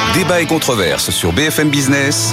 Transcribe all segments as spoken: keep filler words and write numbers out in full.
Débat et controverse sur B F M Business.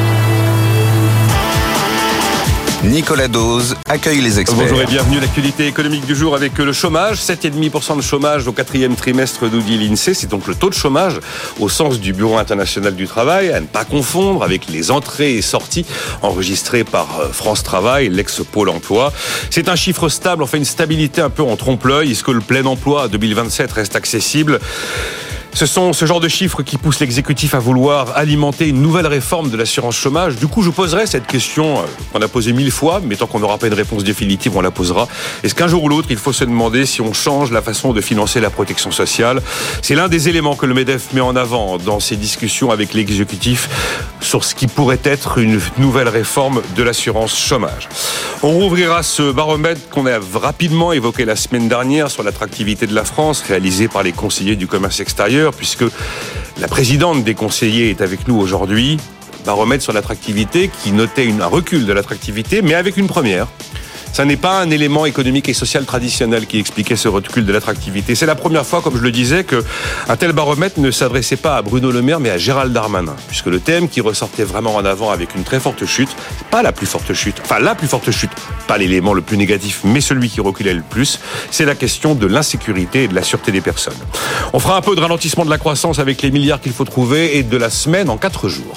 Nicolas Dose accueille les experts. Bonjour et bienvenue à l'actualité économique du jour avec le chômage. sept virgule cinq pour cent de chômage au quatrième trimestre, nous dit l'INSEE. C'est donc le taux de chômage au sens du Bureau international du travail, à ne pas confondre avec les entrées et sorties enregistrées par France Travail, l'ex-Pôle emploi. C'est un chiffre stable, enfin une stabilité un peu en trompe-l'œil. Est-ce que le plein emploi deux mille vingt-sept reste accessible ? Ce sont ce genre de chiffres qui poussent l'exécutif à vouloir alimenter une nouvelle réforme de l'assurance chômage. Du coup, je poserai cette question qu'on a posée mille fois, mais tant qu'on n'aura pas une réponse définitive, on la posera. Est-ce qu'un jour ou l'autre, il faut se demander si on change la façon de financer la protection sociale ? C'est l'un des éléments que le MEDEF met en avant dans ses discussions avec l'exécutif sur ce qui pourrait être une nouvelle réforme de l'assurance chômage. On rouvrira ce baromètre qu'on a rapidement évoqué la semaine dernière sur l'attractivité de la France, réalisé par les conseillers du commerce extérieur, puisque la présidente des conseillers est avec nous aujourd'hui. Baromètre sur l'attractivité qui notait une, un recul de l'attractivité, mais avec une première. Ça n'est pas un élément économique et social traditionnel qui expliquait ce recul de l'attractivité. C'est la première fois, comme je le disais, qu'un tel baromètre ne s'adressait pas à Bruno Le Maire, mais à Gérald Darmanin. Puisque le thème qui ressortait vraiment en avant avec une très forte chute, pas la plus forte chute, enfin la plus forte chute, pas l'élément le plus négatif, mais celui qui reculait le plus, c'est la question de l'insécurité et de la sûreté des personnes. On fera un peu de ralentissement de la croissance avec les milliards qu'il faut trouver et de la semaine en quatre jours.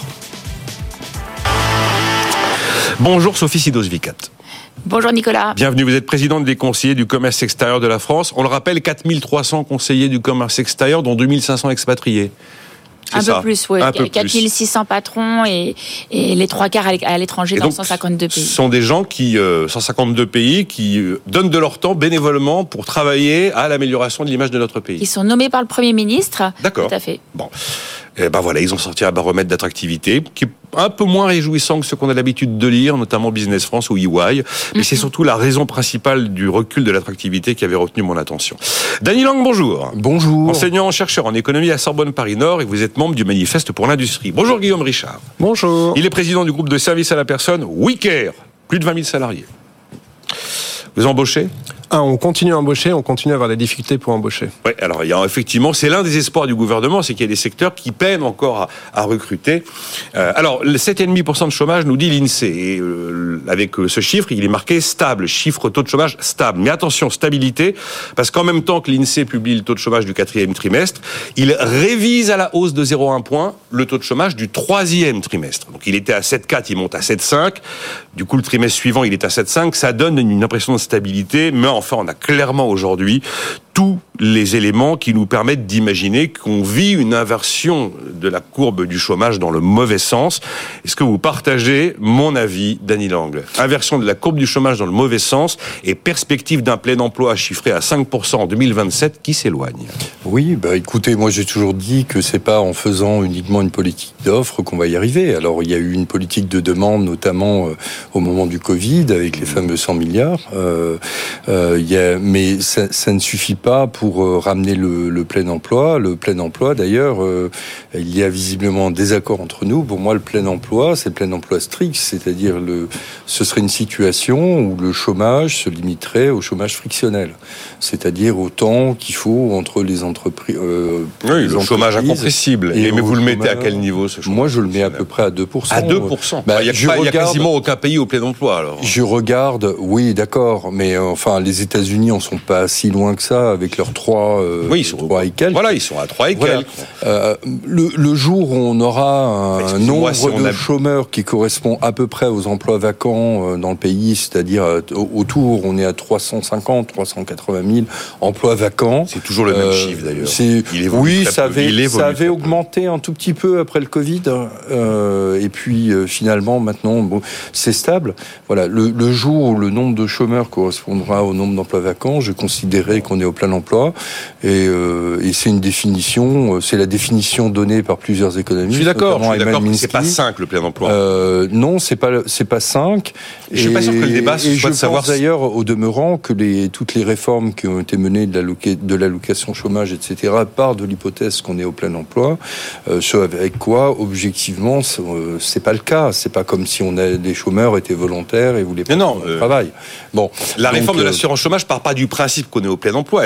Bonjour Sophie Sidos-Vicat. Bonjour Nicolas. Bienvenue, vous êtes présidente des conseillers du commerce extérieur de la France. On le rappelle, quatre mille trois cents conseillers du commerce extérieur, dont deux mille cinq cents expatriés. C'est un ça. peu plus, oui. quatre mille six cents patrons et, et les trois quarts à l'étranger et dans donc, cent cinquante-deux pays. Ce sont des gens qui, euh, cent cinquante-deux pays, qui euh, donnent de leur temps bénévolement pour travailler à l'amélioration de l'image de notre pays. Ils sont nommés par le Premier ministre. D'accord. Tout à fait. Bon. Et ben voilà, ils ont sorti un baromètre d'attractivité qui est un peu moins réjouissant que ce qu'on a l'habitude de lire, notamment Business France ou E Y. Mais mm-hmm. c'est surtout la raison principale du recul de l'attractivité qui avait retenu mon attention. Dany Lang, bonjour. Bonjour. Enseignant-chercheur en économie à Sorbonne Paris-Nord et vous êtes membre du Manifeste pour l'industrie. Bonjour Guillaume Richard. Bonjour. Il est président du groupe de services à la personne WeCare, plus de vingt mille salariés. Vous embauchez ? Ah, on continue à embaucher, on continue à avoir des difficultés pour embaucher. Oui, alors il y a effectivement, c'est l'un des espoirs du gouvernement, c'est qu'il y a des secteurs qui peinent encore à, à recruter. Euh, alors, le sept virgule cinq pour cent de chômage, nous dit l'INSEE. Et euh, avec ce chiffre, il est marqué stable, chiffre taux de chômage stable. Mais attention, stabilité, parce qu'en même temps que l'INSEE publie le taux de chômage du quatrième trimestre, il révise à la hausse de zéro virgule un point le taux de chômage du troisième trimestre. Donc il était à sept virgule quatre, il monte à sept virgule cinq. Du coup, le trimestre suivant, il est à sept virgule cinq. Ça donne une impression de stabilité, mais enfin, on a clairement aujourd'hui tous les éléments qui nous permettent d'imaginer qu'on vit une inversion de la courbe du chômage dans le mauvais sens. Est-ce que vous partagez mon avis, Dany Lang ? Inversion de la courbe du chômage dans le mauvais sens et perspective d'un plein emploi chiffré à cinq pour cent en deux mille vingt-sept qui s'éloigne. Oui, bah écoutez, moi j'ai toujours dit que c'est pas en faisant uniquement une politique d'offre qu'on va y arriver. Alors il y a eu une politique de demande, notamment euh, au moment du Covid, avec les fameux cent milliards. Euh, euh, il y a, mais ça, ça ne suffit pas pour euh, ramener le, le plein emploi. Le plein emploi, d'ailleurs, euh, il y a visiblement un désaccord entre nous. Pour moi, le plein emploi, c'est le plein emploi strict, c'est-à-dire le, ce serait une situation où le chômage se limiterait au chômage frictionnel, c'est-à-dire au temps qu'il faut entre les entreprises. Euh, oui, le chômage incompressible. Et, mais vous le mettez à quel niveau, ce chômage ? Moi, je le mets à peu près à deux pour cent. À deux pour cent bah, Il n'y a, a quasiment aucun pays au plein emploi, alors. Je regarde, oui, d'accord, mais euh, enfin, les États-Unis en sont pas si loin que ça, avec leurs trois, euh, oui, ils sont trois et quelques. Voilà, ils sont à trois et voilà. quelques. Euh, le, le jour où on aura un nombre si de a... chômeurs qui correspond à peu près aux emplois vacants dans le pays, c'est-à-dire autour, on est à trois cent cinquante, trois cent quatre-vingt mille emplois vacants. C'est toujours le même euh, chiffre d'ailleurs. C'est... Oui, ça avait, ça avait peu. augmenté un tout petit peu après le Covid, euh, et puis euh, finalement maintenant, bon, c'est stable. Voilà, le, le jour où le nombre de chômeurs correspondra au nombre d'emplois vacants, je considérerais qu'on est au plein emploi, et, euh, et c'est une définition, c'est la définition donnée par plusieurs économistes. Je suis d'accord, je suis d'accord que c'est pas cinq le plein emploi. Euh, non, c'est pas c'est pas cinq. Et, et je suis pas sûr que le débat soit et je de savoir. pense d'ailleurs au demeurant que les toutes les réformes qui ont été menées de, l'alloca, de l'allocation chômage, et cetera, partent de l'hypothèse qu'on est au plein emploi. Euh, ce avec quoi, objectivement, c'est, euh, c'est pas le cas. C'est pas comme si on a des chômeurs étaient volontaires et voulaient pas non, faire euh, travail. Bon, la donc, réforme de euh, l'assurance chômage part pas du principe qu'on est au plein emploi. Elle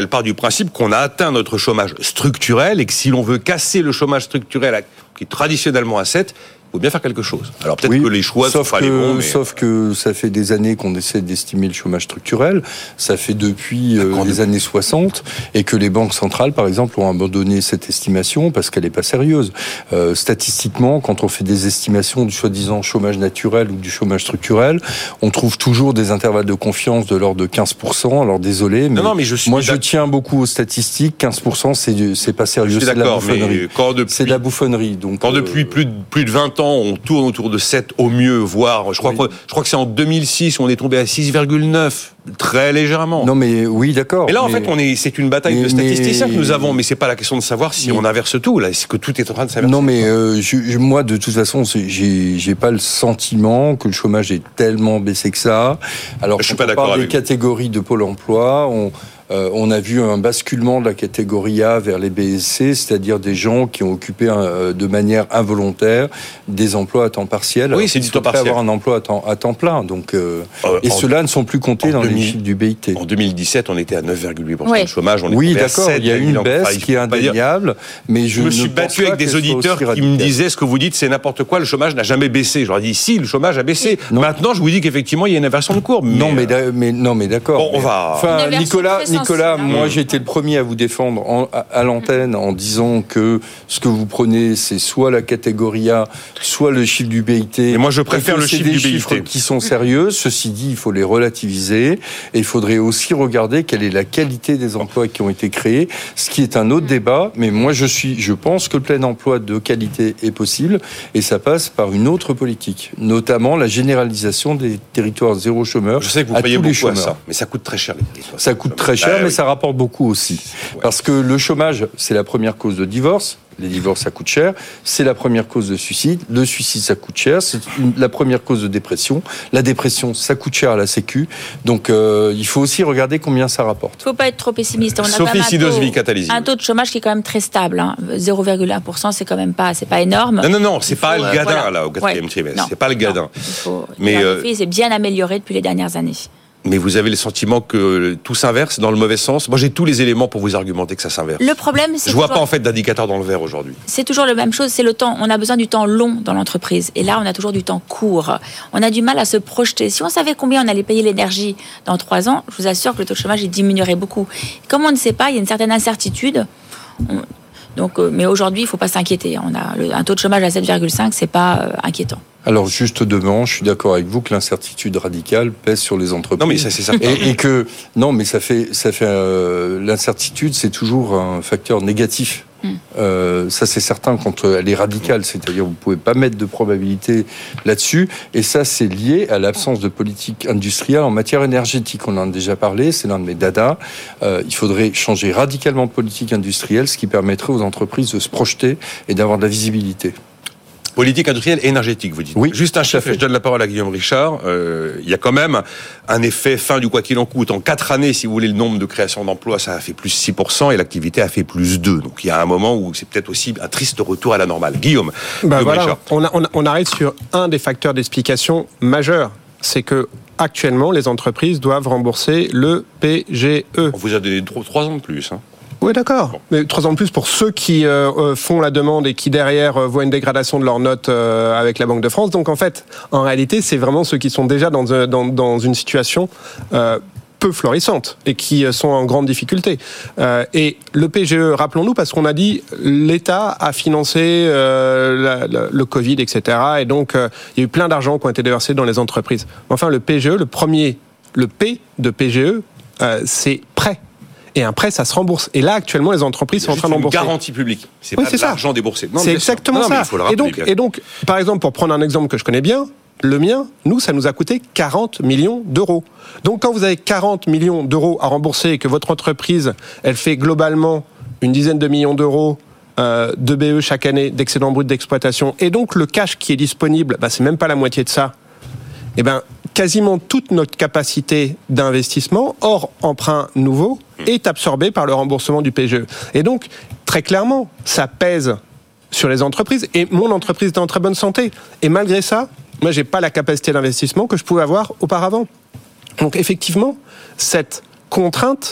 elle part du principe qu'on a atteint notre chômage structurel et que si l'on veut casser le chômage structurel qui est traditionnellement à sept, il faut bien faire quelque chose. Alors peut-être oui, que les choix sont pas les bons. Mais... Sauf que ça fait des années qu'on essaie d'estimer le chômage structurel. Ça fait depuis euh, les années soixante et que les banques centrales, par exemple, ont abandonné cette estimation parce qu'elle n'est pas sérieuse. Euh, statistiquement, quand on fait des estimations du soi-disant chômage naturel ou du chômage structurel, on trouve toujours des intervalles de confiance de l'ordre de quinze pour cent. Alors désolé, mais, non, non, mais je suis moi je tiens beaucoup aux statistiques. quinze pour cent, c'est, c'est pas sérieux, c'est de la bouffonnerie. Depuis... C'est de la bouffonnerie. Donc, quand euh... depuis plus de, plus de vingt ans, on tourne autour de sept au mieux, voire, je crois, oui. que, je crois que c'est en deux mille six où on est tombé à six virgule neuf, très légèrement. Non mais oui, d'accord. Mais là, en mais, fait, on est, c'est une bataille mais, de statisticiens mais, que nous avons, mais c'est pas la question de savoir si mais, on inverse tout, là, c'est que tout est en train de s'inverser. Non mais euh, je, moi, de toute façon, j'ai, j'ai pas le sentiment que le chômage est tellement baissé que ça. Alors, je suis pas on d'accord parle avec des catégories de Pôle emploi, on... Euh, on a vu un basculement de la catégorie A vers les B et C, c'est-à-dire des gens qui ont occupé euh, de manière involontaire des emplois à temps partiel. Oui, c'est du temps partiel. Avoir un emploi à temps, à temps plein. Donc, euh, euh, et ceux-là ne sont plus comptés dans deux mille, les chiffres du B I T. En deux mille dix-sept, on était à neuf virgule huit pour cent oui. de chômage. On oui, d'accord. Il y a eu une baisse qui est indéniable. Mais je, je me suis battu avec des auditeurs qui me disaient ce que vous dites, c'est n'importe quoi. Le chômage n'a jamais baissé. Je leur ai dit si, le chômage a baissé. Non. Maintenant, je vous dis qu'effectivement, il y a une inversion de courbe. Mais non, mais, euh... mais non, mais d'accord. Bon, on va. Enfin, Nicolas, Nicolas, moi. J'ai été le premier à vous défendre en, à, à l'antenne en disant que ce que vous prenez, c'est soit la catégorie A, soit le chiffre du B I T. Et moi, je préfère le chiffre du B I T. C'est des chiffres qui sont sérieux. Ceci dit, il faut les relativiser. Et il faudrait aussi regarder quelle est la qualité des emplois qui ont été créés, ce qui est un autre débat. Mais moi, je suis, je pense que le plein emploi de qualité est possible. Et ça passe par une autre politique, notamment la généralisation des territoires zéro chômeur. Je sais que vous payez beaucoup à ça, mais ça coûte très cher. Les territoires. Ça coûte très cher, bah, mais oui. ça rapporte beaucoup. Beaucoup aussi. Ouais. Parce que le chômage, c'est la première cause de divorce. Les divorces, ça coûte cher. C'est la première cause de suicide. Le suicide, ça coûte cher. C'est une, la première cause de dépression. La dépression, ça coûte cher à la Sécu. Donc, euh, il faut aussi regarder combien ça rapporte. Il ne faut pas être trop pessimiste. On a Sophie Sidosvik, un, un taux de chômage qui est quand même très stable. Hein. zéro virgule un pour cent, c'est quand même pas, c'est pas énorme. Non, non, non, c'est il pas faut, le gadin, euh, voilà. là, au quatrième ouais. trimestre. Non, c'est pas le gadin. Non, il faut, mais euh, il s'est bien amélioré depuis les dernières années. Mais vous avez le sentiment que tout s'inverse dans le mauvais sens. Moi, j'ai tous les éléments pour vous argumenter que ça s'inverse. Le problème, c'est je vois toujours... pas en fait d'indicateur dans le vert aujourd'hui. C'est toujours la même chose. C'est le temps. On a besoin du temps long dans l'entreprise, et là, on a toujours du temps court. On a du mal à se projeter. Si on savait combien on allait payer l'énergie dans trois ans, je vous assure que le taux de chômage il diminuerait beaucoup. Comme on ne sait pas, il y a une certaine incertitude. On... Donc, euh, mais aujourd'hui, il ne faut pas s'inquiéter. On a le, un taux de chômage à sept virgule cinq, c'est pas euh, inquiétant. Alors, juste devant, je suis d'accord avec vous que l'incertitude radicale pèse sur les entreprises. Non, mais ça, c'est certain. Et, et que, non, mais ça fait, ça fait, euh, l'incertitude, c'est toujours un facteur négatif. Mm. Euh, ça, c'est certain quand elle est radicale. C'est-à-dire, vous ne pouvez pas mettre de probabilité là-dessus. Et ça, c'est lié à l'absence de politique industrielle en matière énergétique. On en a déjà parlé, c'est l'un de mes dadas. Euh, il faudrait changer radicalement de politique industrielle, ce qui permettrait aux entreprises de se projeter et d'avoir de la visibilité. Politique industrielle et énergétique, vous dites. Oui, juste un chiffre, je donne la parole à Guillaume Richard. Euh, il y a quand même un effet fin du quoi qu'il en coûte. En quatre années, si vous voulez, le nombre de créations d'emplois, ça a fait plus six pour cent et l'activité a fait plus deux. Donc il y a un moment où c'est peut-être aussi un triste retour à la normale. Guillaume, ben Guillaume voilà, Richard. On, a, on, a, on arrive sur un des facteurs d'explication majeurs. C'est que actuellement, les entreprises doivent rembourser le P G E. On vous a donné trois ans de plus, hein. Oui, d'accord. Bon. Mais trois ans de plus pour ceux qui euh, font la demande et qui derrière euh, voient une dégradation de leur note euh, avec la Banque de France. Donc en fait, en réalité, c'est vraiment ceux qui sont déjà dans, dans, dans une situation euh, peu florissante et qui sont en grande difficulté. Euh, et le P G E, rappelons-nous, parce qu'on a dit l'État a financé euh, la, la, le Covid, et cetera. Et donc, euh, il y a eu plein d'argent qui ont été déversés dans les entreprises. Enfin, le P G E, le premier, le P de P G E, euh, c'est prêt. Et un prêt, ça se rembourse. Et là, actuellement, les entreprises sont en train d'embourser. C'est une garantie publique. C'est oui, pas c'est de l'argent déboursé. Non, c'est exactement non, ça. Rappeler, et, donc, et donc, par exemple, pour prendre un exemple que je connais bien, le mien, nous, ça nous a coûté quarante millions d'euros. Donc, quand vous avez quarante millions d'euros à rembourser et que votre entreprise, elle fait globalement une dizaine de millions d'euros euh, de B E chaque année, d'excédent brut d'exploitation, et donc le cash qui est disponible, bah, c'est même pas la moitié de ça. Eh ben, quasiment toute notre capacité d'investissement, hors emprunt nouveau, est absorbée par le remboursement du P G E. Et donc, très clairement, ça pèse sur les entreprises. Et mon entreprise est en très bonne santé. Et malgré ça, moi, j'ai pas la capacité d'investissement que je pouvais avoir auparavant. Donc, effectivement, cette contrainte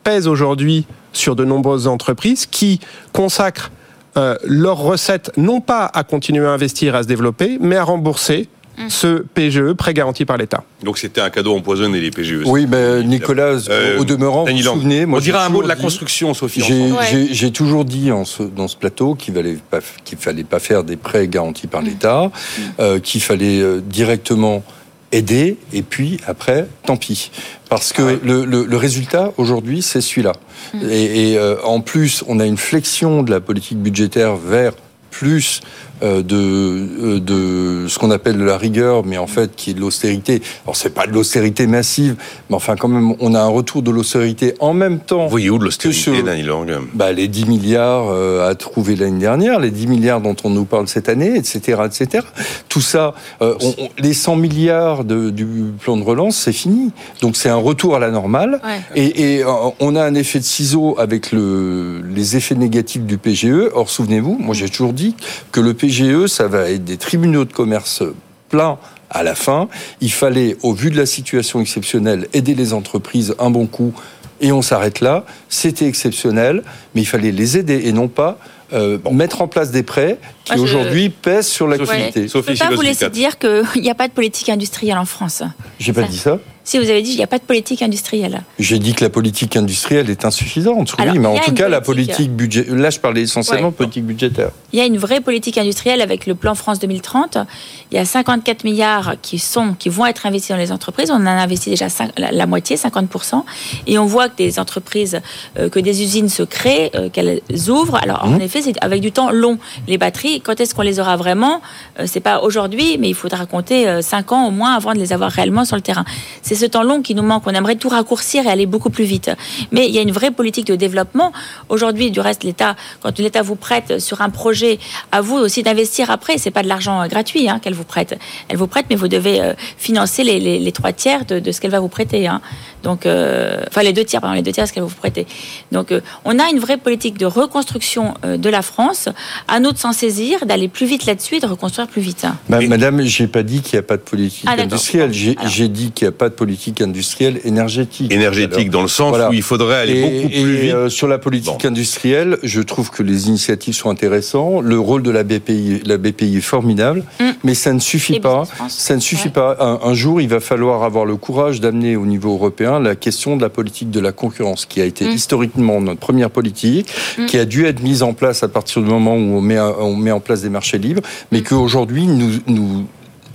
pèse aujourd'hui sur de nombreuses entreprises qui consacrent euh, leurs recettes non pas à continuer à investir, à se développer, mais à rembourser mmh. ce P G E, prêt garanti par l'État. Donc c'était un cadeau empoisonné, les P G E. Oui, mais Nicolas, euh, au demeurant, vous vous souvenez... Moi, on dirait un mot de la construction, Sophie. J'ai, ouais. j'ai, j'ai toujours dit en ce, dans ce plateau qu'il ne qu'il fallait pas faire des prêts garantis par l'État, mmh. euh, qu'il fallait euh, directement... aider, et puis après, tant pis. Parce que ouais. le, le, le résultat, aujourd'hui, c'est celui-là. Mmh. Et, et euh, en plus, on a une flexion de la politique budgétaire vers plus euh, de, euh, de ce qu'on appelle de la rigueur, mais en fait, qui est de l'austérité. Alors, c'est pas de l'austérité massive, mais enfin, quand même, on a un retour de l'austérité en même temps. Vous voyez où de l'austérité, Dany Lang ? Bah, les dix milliards euh, à trouver l'année dernière, les dix milliards dont on nous parle cette année, et cetera, et cetera. Tout ça, euh, on, on, les cent milliards de, du plan de relance, c'est fini. Donc, c'est un retour à la normale. Ouais. Et, et euh, on a un effet de ciseau avec le, les effets négatifs du P G E. Or, souvenez-vous, moi, j'ai toujours dit que le P G E, ça va être des tribunaux de commerce pleins à la fin. Il fallait, au vu de la situation exceptionnelle, aider les entreprises un bon coup, et on s'arrête là. C'était exceptionnel, mais il fallait les aider et non pas euh, bon. mettre en place des prêts qui, Moi, je... aujourd'hui, pèsent sur l'activité. Ouais. Je ne peux pas vous laisser dire qu'il n'y a pas de politique industrielle en France. J'ai pas ça. dit ça. Si vous avez dit qu'il n'y a pas de politique industrielle. J'ai dit que la politique industrielle est insuffisante, oui, Alors, mais en tout cas, politique... la politique budgétaire... Là, je parlais essentiellement de ouais. politique budgétaire. Il y a une vraie politique industrielle avec le plan France deux mille trente. Il y a cinquante-quatre milliards qui, sont, qui vont être investis dans les entreprises. On en a investi déjà cinq, la, la moitié, cinquante pour cent. Et on voit que des entreprises, euh, que des usines se créent, euh, qu'elles ouvrent. Alors, mmh. en effet, c'est avec du temps long. Les batteries, quand est-ce qu'on les aura vraiment ? euh, C'est pas aujourd'hui, mais il faudra compter euh, cinq ans au moins avant de les avoir réellement sur le terrain. C'est ce temps long qui nous manque. On aimerait tout raccourcir et aller beaucoup plus vite. Mais il y a une vraie politique de développement. Aujourd'hui, du reste, l'État, quand l'État vous prête sur un projet, à vous aussi d'investir après. C'est pas de l'argent gratuit hein, qu'elle vous prête. Elle vous prête, mais vous devez euh, financer les, les, les trois tiers de, de ce qu'elle va vous prêter. Hein. Donc, euh, enfin, les deux tiers, pardon, les deux tiers de ce qu'elle va vous prêter. Donc, euh, on a une vraie politique de reconstruction euh, de la France. À nous de s'en saisir, d'aller plus vite là-dessus et de reconstruire plus vite. Hein. Ma, Madame, j'ai pas dit qu'il n'y a pas de politique ah, industrielle. J'ai, j'ai dit qu'il n'y a pas de politique industrielle énergétique. Énergétique Alors, dans le sens voilà. où il faudrait aller et, beaucoup plus et, vite. Euh, sur la politique bon. industrielle, je trouve que les initiatives sont intéressantes. Le rôle de la B P I, la B P I est formidable, mmh. mais ça ne suffit et pas. Ça ne suffit ouais. pas. Un, un jour, il va falloir avoir le courage d'amener au niveau européen la question de la politique de la concurrence, qui a été mmh. historiquement notre première politique, mmh. qui a dû être mise en place à partir du moment où on met, on met en place des marchés libres, mais mmh. qu'aujourd'hui, nous... nous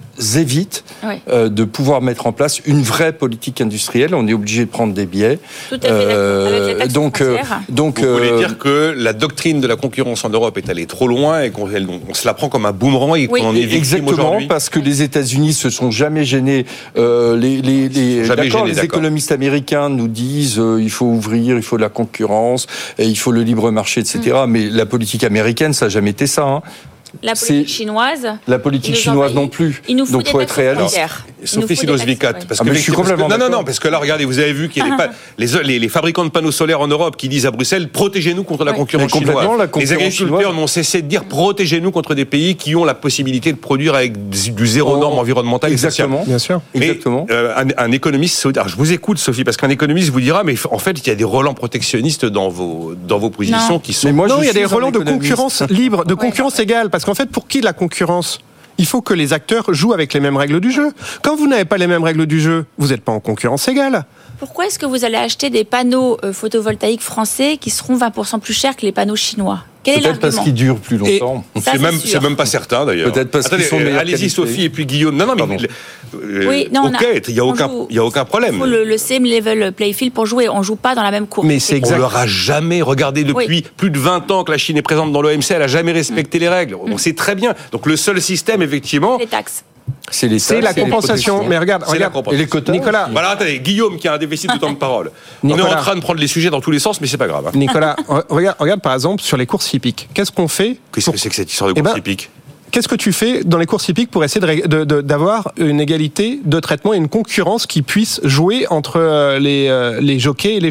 évite oui. euh, de pouvoir mettre en place une vraie politique industrielle. On est obligé de prendre des biais. Tout à fait euh, d'accord. Avec la taxe donc, euh, donc, Vous euh, voulez dire que la doctrine de la concurrence en Europe est allée trop loin et qu'on on se la prend comme un boomerang et oui. qu'on en est victime Exactement, aujourd'hui. Parce que les États-Unis se sont jamais gênés. Euh, les les, les, jamais d'accord, gênés, les d'accord. économistes américains nous disent euh, il faut ouvrir, il faut de la concurrence, et il faut le libre marché, et cetera. Mmh. Mais la politique américaine, ça n'a jamais été ça. Hein. La politique chinoise. La politique chinoise non plus. Il nous faut Donc, des faut être réaliste. Sophie Silos-Vicat, parce ah, que je suis complètement parce que, non, non, non, parce que là, regardez, vous avez vu qu'il y a ah. les, les, les fabricants de panneaux solaires en Europe qui disent à Bruxelles, protégez-nous contre la ouais. concurrence chinoise. La concurrence les agriculteurs chinoise. n'ont cessé de dire, protégez-nous contre des pays qui ont la possibilité de produire avec du zéro oh, norme environnementale. Exactement, bien sûr. Mais, exactement. Euh, un, un économiste, alors je vous écoute, Sophie, parce qu'un économiste vous dira, mais en fait, il y a des relents protectionnistes dans vos dans vos positions non. qui sont. Mais moi, non, il y a des relents de concurrence libre, de concurrence égale, parce qu'en fait, pour qui la concurrence ? Il faut que les acteurs jouent avec les mêmes règles du jeu. Quand vous n'avez pas les mêmes règles du jeu, vous n'êtes pas en concurrence égale. Pourquoi est-ce que vous allez acheter des panneaux euh, photovoltaïques français qui seront vingt pour cent plus chers que les panneaux chinois ? Quel Peut-être parce qu'ils durent plus longtemps. Et ça, c'est, même, c'est même pas certain d'ailleurs. Peut-être parce Attendez, qu'ils sont meilleurs. Allez-y qualité. Sophie et puis Guillaume. Non, non, mais euh, oui, non, ok, il y a aucun, il y a aucun problème. Il faut le, le same level play field pour jouer. On joue pas dans la même cour. Mais c'est exact. On leur a jamais regardé depuis oui. plus de vingt ans que la Chine est présente dans l'O M C. Elle a jamais respecté mmh. les règles. On mmh. sait très bien. Donc le seul système, effectivement, les taxes. C'est, les c'est la c'est compensation. Mais regarde, c'est regarde. La et les quotas. Nicolas. Voilà, attendez, Guillaume qui a un déficit de temps de parole. Nicolas. On est en train de prendre les sujets dans tous les sens, mais c'est pas grave. Hein. Nicolas, regarde, regarde par exemple sur les courses hippiques. Qu'est-ce qu'on fait Qu'est-ce pour... que c'est que cette histoire de courses eh ben, hippiques Qu'est-ce que tu fais dans les courses hippiques pour essayer de, de, de, d'avoir une égalité de traitement et une concurrence qui puisse jouer entre les, les jockeys et les chevaux ?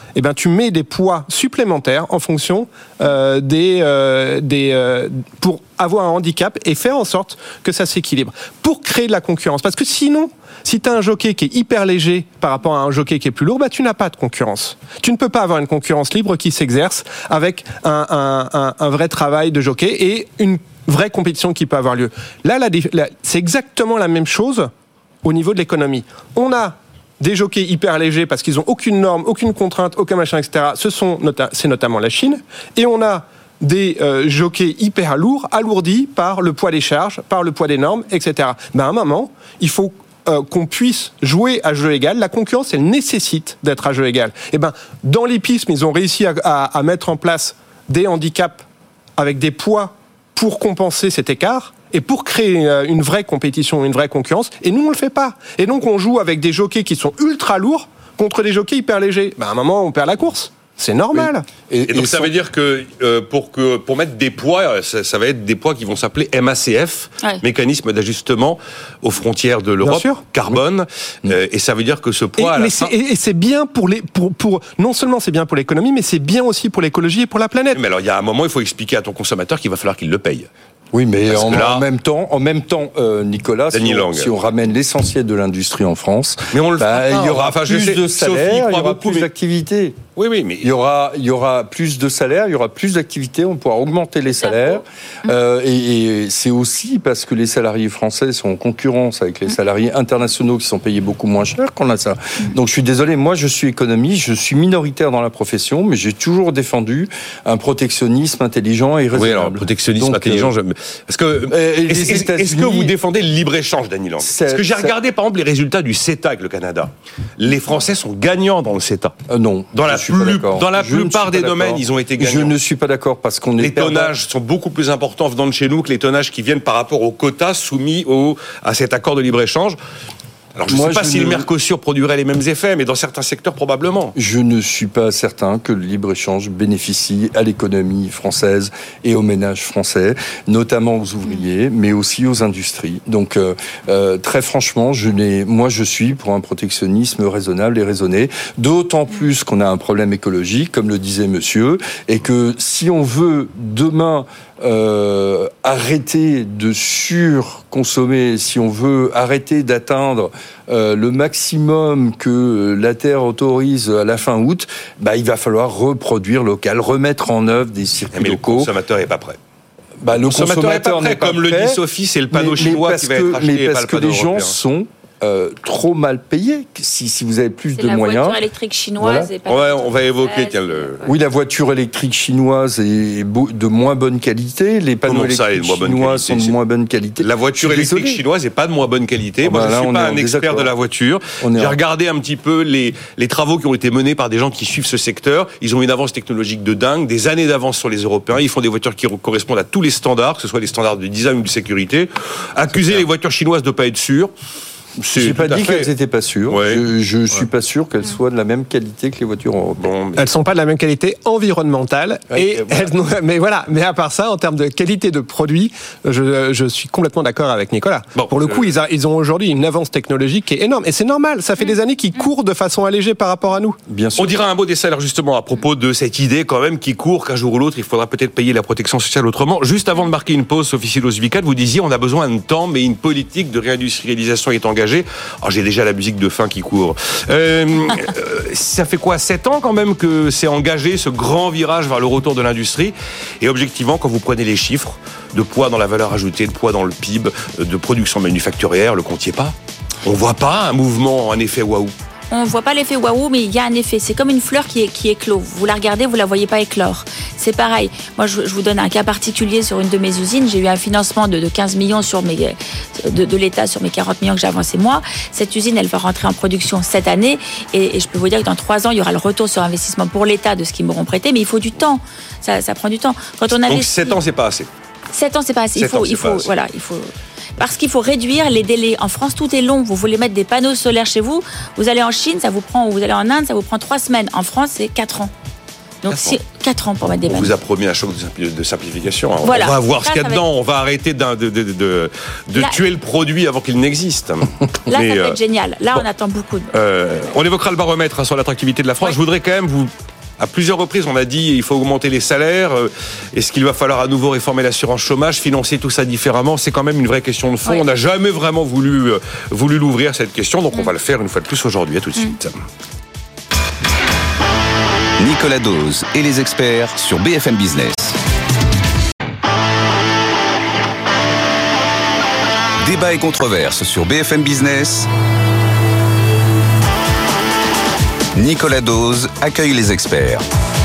eh ben, tu mets des poids supplémentaires en fonction euh, des, euh, des euh, pour avoir un handicap et faire en sorte que ça s'équilibre. Pour créer de la concurrence. Parce que sinon, si tu as un jockey qui est hyper léger par rapport à un jockey qui est plus lourd, bah, tu n'as pas de concurrence. Tu ne peux pas avoir une concurrence libre qui s'exerce avec un, un, un, un vrai travail de jockey et une vraie compétition qui peut avoir lieu. Là, la, la, c'est exactement la même chose au niveau de l'économie. On a des jockeys hyper légers parce qu'ils n'ont aucune norme, aucune contrainte, aucun machin, et cetera. Ce sont nota- c'est notamment la Chine. Et on a des euh, jockeys hyper lourds, alourdis par le poids des charges, par le poids des normes, et cetera. Ben, à un moment, il faut euh, qu'on puisse jouer à jeu égal. La concurrence, elle nécessite d'être à jeu égal. Et ben, dans l'hippisme, ils ont réussi à, à, à mettre en place des handicaps avec des poids pour compenser cet écart. Et pour créer une vraie compétition, une vraie concurrence, et nous on le fait pas. Et donc on joue avec des jockeys qui sont ultra lourds contre des jockeys hyper légers. Ben à un moment on perd la course. C'est normal. Oui. Et, et donc et ça sans... veut dire que euh, pour que pour mettre des poids, ça, ça va être des poids qui vont s'appeler M A C F, ouais. Mécanisme d'ajustement aux frontières de l'Europe, carbone. Oui. Euh, et ça veut dire que ce poids. Et, à la fin... c'est, et c'est bien pour les pour pour non seulement c'est bien pour l'économie, mais c'est bien aussi pour l'écologie et pour la planète. Mais alors il y a un moment, il faut expliquer à ton consommateur qu'il va falloir qu'il le paye. Oui, mais en, là, en même temps, en même temps, euh, Nicolas, si on, si on ramène l'essentiel de l'industrie en France, mais on le bah, fera pas, il y aura enfin, plus sais, de salaires, il y aura beaucoup, plus mais... d'activités. Oui, oui, mais il y aura, il y aura plus de salaires, il y aura plus d'activités, on pourra augmenter les salaires. Euh, et, et c'est aussi parce que les salariés français sont en concurrence avec les salariés internationaux qui sont payés beaucoup moins cher qu'on a ça. Donc je suis désolé, moi je suis économiste, je suis minoritaire dans la profession, mais j'ai toujours défendu un protectionnisme intelligent et raisonnable. Oui, alors protectionnisme Donc, intelligent, euh, je... parce que est-ce, est-ce, est-ce que vous défendez le libre-échange, Dany Lang ? Parce que j'ai regardé par exemple les résultats du CETA avec le Canada. Les Français sont gagnants dans le CETA. Euh, non. Dans la Plus, dans la je plupart des domaines, ils ont été gagnants. Je ne suis pas d'accord parce qu'on est les perdant. tonnages sont beaucoup plus importants venant de chez nous que les tonnages qui viennent par rapport aux quotas soumis au, à cet accord de libre-échange. Alors, je ne sais pas je si ne... le Mercosur produirait les mêmes effets, mais dans certains secteurs, probablement. Je ne suis pas certain que le libre-échange bénéficie à l'économie française et aux ménages français, notamment aux ouvriers, mais aussi aux industries. Donc, euh, euh, très franchement, je n'ai, moi, je suis pour un protectionnisme raisonnable et raisonné, d'autant plus qu'on a un problème écologique, comme le disait monsieur, et que si on veut demain Euh, arrêter de surconsommer, si on veut arrêter d'atteindre euh, le maximum que la Terre autorise à la fin août, bah, il va falloir reproduire local, remettre en œuvre des circuits mais locaux. Le consommateur n'est pas prêt. Bah, le consommateur, consommateur n'est pas prêt, n'est comme pas prêt, le dit Sophie, c'est le panneau mais, chinois mais qui va que, être acheté mais et parce pas le que les panneau gens européen. sont Euh, trop mal payé. Si, si vous avez plus c'est de la moyens. La voiture électrique chinoise. Voilà. Et pas ouais, on va évoquer. Tiens, le... Oui, la voiture électrique chinoise est de moins bonne qualité. Les panneaux électriques chinois sont de moins bonne qualité. La voiture électrique chinoise n'est pas de moins bonne qualité. Oh, Moi, bah, je ne suis pas un expert de la voiture. J'ai en... regardé un petit peu les, les travaux qui ont été menés par des gens qui suivent ce secteur. Ils ont une avance technologique de dingue, des années d'avance sur les Européens. Ils font des voitures qui correspondent à tous les standards, que ce soit les standards de design ou de sécurité. Accuser les voitures chinoises de ne pas être sûres. C'est J'ai pas dit fait. qu'elles étaient pas sûres. Ouais. Je, je ouais. suis pas sûr qu'elles soient de la même qualité que les voitures européennes. Bon, mais... Elles sont pas de la même qualité environnementale. Ouais, et voilà. elles, mais voilà. Mais à part ça, en termes de qualité de produit, je, je suis complètement d'accord avec Nicolas. Bon, Pour le euh... coup, ils, a, ils ont aujourd'hui une avance technologique qui est énorme. Et c'est normal. Ça fait des années qu'ils courent de façon allégée par rapport à nous. Bien sûr. On dira un mot des salaires justement à propos de cette idée quand même qui court qu'un jour ou l'autre, il faudra peut-être payer la protection sociale autrement. Juste avant de marquer une pause, Sophie Silos-Vicat, vous disiez on a besoin de temps, mais une politique de réindustrialisation est engagée. Alors, j'ai déjà la musique de fin qui court. Euh, ça fait quoi, sept ans quand même que c'est engagé, ce grand virage vers le retour de l'industrie. Et objectivement, quand vous prenez les chiffres de poids dans la valeur ajoutée, de poids dans le P I B, de production manufacturière, le compte y est pas. On voit pas un mouvement, un effet waouh. On ne voit pas l'effet waouh, mais il y a un effet. C'est comme une fleur qui, est, qui éclot. Vous la regardez, vous ne la voyez pas éclore. C'est pareil. Moi, je, je vous donne un cas particulier sur une de mes usines. J'ai eu un financement de, de quinze millions sur mes, de, de l'État sur mes quarante millions que j'ai avancés moi. Cette usine, elle va rentrer en production cette année. Et, et je peux vous dire que dans trois ans, il y aura le retour sur investissement pour l'État de ce qu'ils m'auront prêté. Mais il faut du temps. Ça, ça prend du temps. Quand on investit... investit... Donc sept ans, c'est pas assez. sept ans, c'est pas assez. Il faut, ans, il faut, voilà, il faut... Parce qu'il faut réduire les délais. En France, tout est long. Vous voulez mettre des panneaux solaires chez vous, vous allez en Chine, ça vous prend, ou vous allez en Inde, ça vous prend trois semaines. En France, c'est quatre ans. Donc si, quatre ans pour mettre des On panneaux. vous a promis un choc de simplification. Hein. Voilà. On va voir Ça, ce qu'il y a ça dedans. être... On va arrêter de, de, de, de, de Là... tuer le produit avant qu'il n'existe. Là, Mais, ça peut euh... être génial. Là, bon. on attend beaucoup. De... Euh, on évoquera le baromètre hein, sur l'attractivité de la France. Ouais. Je voudrais quand même vous... À plusieurs reprises, on a dit il faut augmenter les salaires. Est-ce qu'il va falloir à nouveau réformer l'assurance chômage, financer tout ça différemment? C'est quand même une vraie question de fond. Oui. On n'a jamais vraiment voulu, euh, voulu l'ouvrir, cette question. Donc, mm. on va le faire une fois de plus aujourd'hui. À tout de mm. suite. Nicolas Dose et les experts sur B F M Business. Débat et controverse sur B F M Business. Nicolas Dose accueille les experts.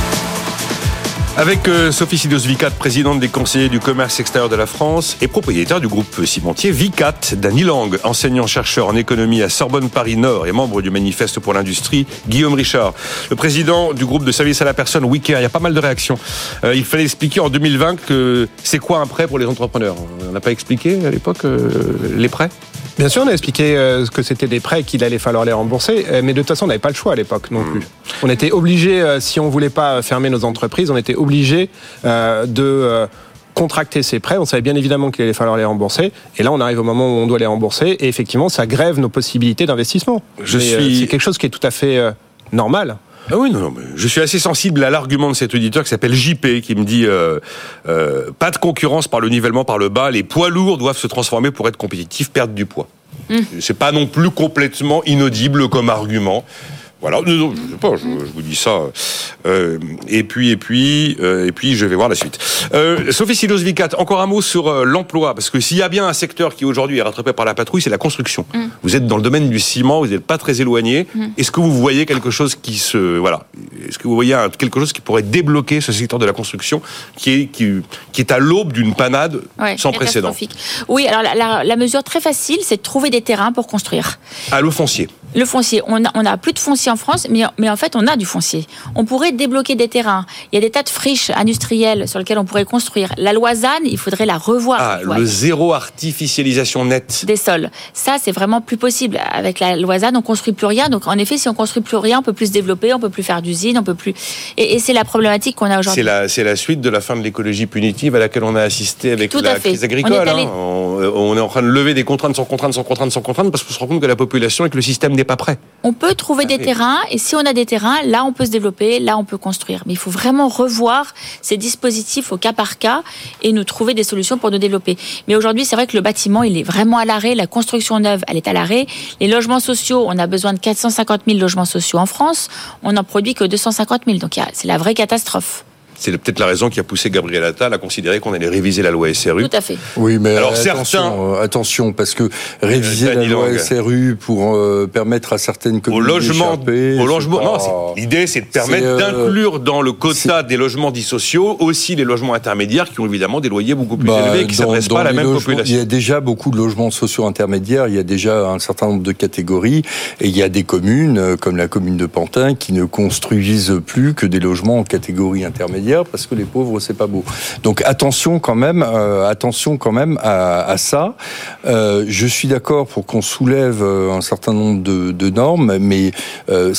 Avec euh, Sophie Sidos-Vicat, présidente des conseillers du commerce extérieur de la France et propriétaire du groupe cimentier Vicat, Dany Lang, enseignant-chercheur en économie à Sorbonne Paris Nord et membre du Manifeste pour l'industrie, Guillaume Richard, le président du groupe de services à la personne WeCare. Il y a pas mal de réactions. Euh, il fallait expliquer en deux mille vingt que c'est quoi un prêt pour les entrepreneurs. On n'a pas expliqué à l'époque euh, les prêts ? Bien sûr, on a expliqué euh, que c'était des prêts qu'il allait falloir les rembourser, euh, mais de toute façon, on n'avait pas le choix à l'époque non plus. Mmh. On était obligé, euh, si on voulait pas fermer nos entreprises, on était obligé euh, de euh, contracter ces prêts. On savait bien évidemment qu'il allait falloir les rembourser, et là, on arrive au moment où on doit les rembourser, et effectivement, ça grève nos possibilités d'investissement. Je mais, suis... euh, c'est quelque chose qui est tout à fait euh, normal. Ah oui, non, non, mais je suis assez sensible à l'argument de cet auditeur qui s'appelle J P, qui me dit euh, euh, pas de concurrence par le nivellement par le bas, les poids lourds doivent se transformer pour être compétitifs, perdre du poids. Mmh. C'est pas non plus complètement inaudible comme argument. Voilà, non, je sais pas, je, je vous dis ça. Euh, et puis, et puis, euh, et puis, je vais voir la suite. Euh, Sophie Sidos-Vicat, encore un mot sur euh, l'emploi, parce que s'il y a bien un secteur qui aujourd'hui est rattrapé par la patrouille, c'est la construction. Mm. Vous êtes dans le domaine du ciment, vous n'êtes pas très éloigné. Mm. Est-ce que vous voyez quelque chose qui se, voilà, est-ce que vous voyez un, quelque chose qui pourrait débloquer ce secteur de la construction, qui est qui, qui est à l'aube d'une panade ouais, sans précédent? Oui, alors la, la, la mesure très facile, c'est de trouver des terrains pour construire. Ah, le foncier. Le foncier, on a, on a plus de foncier en France, mais, mais en fait, on a du foncier. On pourrait débloquer des terrains. Il y a des tas de friches industrielles sur lesquelles on pourrait construire. La loi ZAN, il faudrait la revoir. Ah, le zéro artificialisation nette des sols. Ça, c'est vraiment plus possible. Avec la loi ZAN, on construit plus rien. Donc, en effet, si on construit plus rien, on peut plus se développer, on peut plus faire d'usines, on peut plus. Et, et c'est la problématique qu'on a aujourd'hui. C'est la, c'est la suite de la fin de l'écologie punitive à laquelle on a assisté avec Tout la crise agricole. On est, allé... hein. on, on est en train de lever des contraintes sans contraintes, sans contraintes, sans contraintes, parce qu'on se rend compte que la population et que le système n'est pas prêt. On peut trouver des terrains, et si on a des terrains, là on peut se développer, là on peut construire. Mais il faut vraiment revoir ces dispositifs au cas par cas et nous trouver des solutions pour nous développer. Mais aujourd'hui, c'est vrai que le bâtiment, il est vraiment à l'arrêt, la construction neuve, elle est à l'arrêt. Les logements sociaux, on a besoin de quatre cent cinquante mille logements sociaux en France, on n'en produit que deux cent cinquante mille, donc c'est la vraie catastrophe. C'est peut-être la raison qui a poussé Gabriel Attal à considérer qu'on allait réviser la loi S R U. Tout à fait. Oui, mais alors attention, certains, euh, attention, parce que réviser euh, la loi S R U pour euh, permettre à certaines communes au logement, d'échapper, au logement, pas... non, c'est, l'idée c'est de permettre c'est, euh, d'inclure dans le quota c'est... des logements dits sociaux aussi les logements intermédiaires qui ont évidemment des loyers beaucoup plus bah, élevés et qui ne s'adressent pas à la même logements, population. Il y a déjà beaucoup de logements sociaux intermédiaires, il y a déjà un certain nombre de catégories, et il y a des communes, comme la commune de Pantin, qui ne construisent plus que des logements en catégorie intermédiaire parce que les pauvres, c'est pas beau. Donc attention quand même, euh, attention quand même à, à ça. Euh, je suis d'accord pour qu'on soulève un certain nombre de, de normes, mais euh,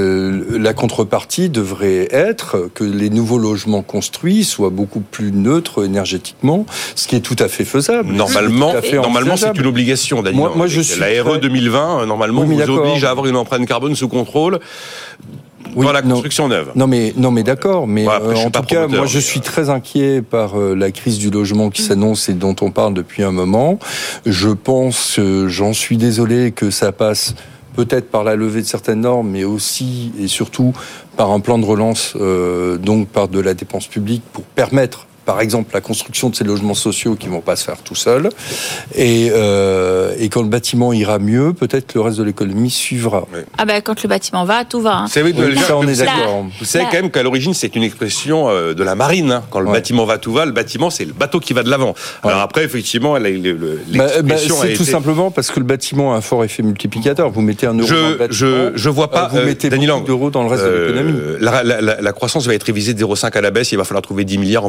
la contrepartie devrait être que les nouveaux logements construits soient beaucoup plus neutres énergétiquement, ce qui est tout à fait faisable. Normalement, fait normalement c'est une obligation. Moi, moi, je suis la R E très... deux mille vingt, normalement, oui, vous oblige à avoir une empreinte carbone sous contrôle. Oui, dans la construction non, neuve. Non mais non mais d'accord, mais ouais, après, euh, en tout cas, moi je mais... suis très inquiet par euh, la crise du logement qui s'annonce et dont on parle depuis un moment. Je pense, euh, j'en suis désolé, que ça passe peut-être par la levée de certaines normes, mais aussi et surtout par un plan de relance, euh, donc par de la dépense publique pour permettre, par exemple, la construction de ces logements sociaux qui ne vont pas se faire tout seuls. Et, euh, et quand le bâtiment ira mieux, peut-être que le reste de l'économie suivra. Oui. Ah ben, quand le bâtiment va, tout va. Hein. Vous savez, oui, ça, on est d'accord. Vous savez quand même qu'à l'origine, c'est une expression de la marine. Hein. Quand le ouais. bâtiment va, tout va. Le bâtiment, c'est le bateau qui va de l'avant. Ouais. Alors après, effectivement, l'expression bah, bah, c'est a été... tout simplement parce que le bâtiment a un fort effet multiplicateur. Vous mettez un euro je, dans le bâtiment, je, je vois pas, vous mettez Dany beaucoup d'euros dans le reste euh, de l'économie. La, la, la, la croissance va être révisée de zéro virgule cinq à la baisse. Il va falloir trouver dix milliards. On va pas vous faire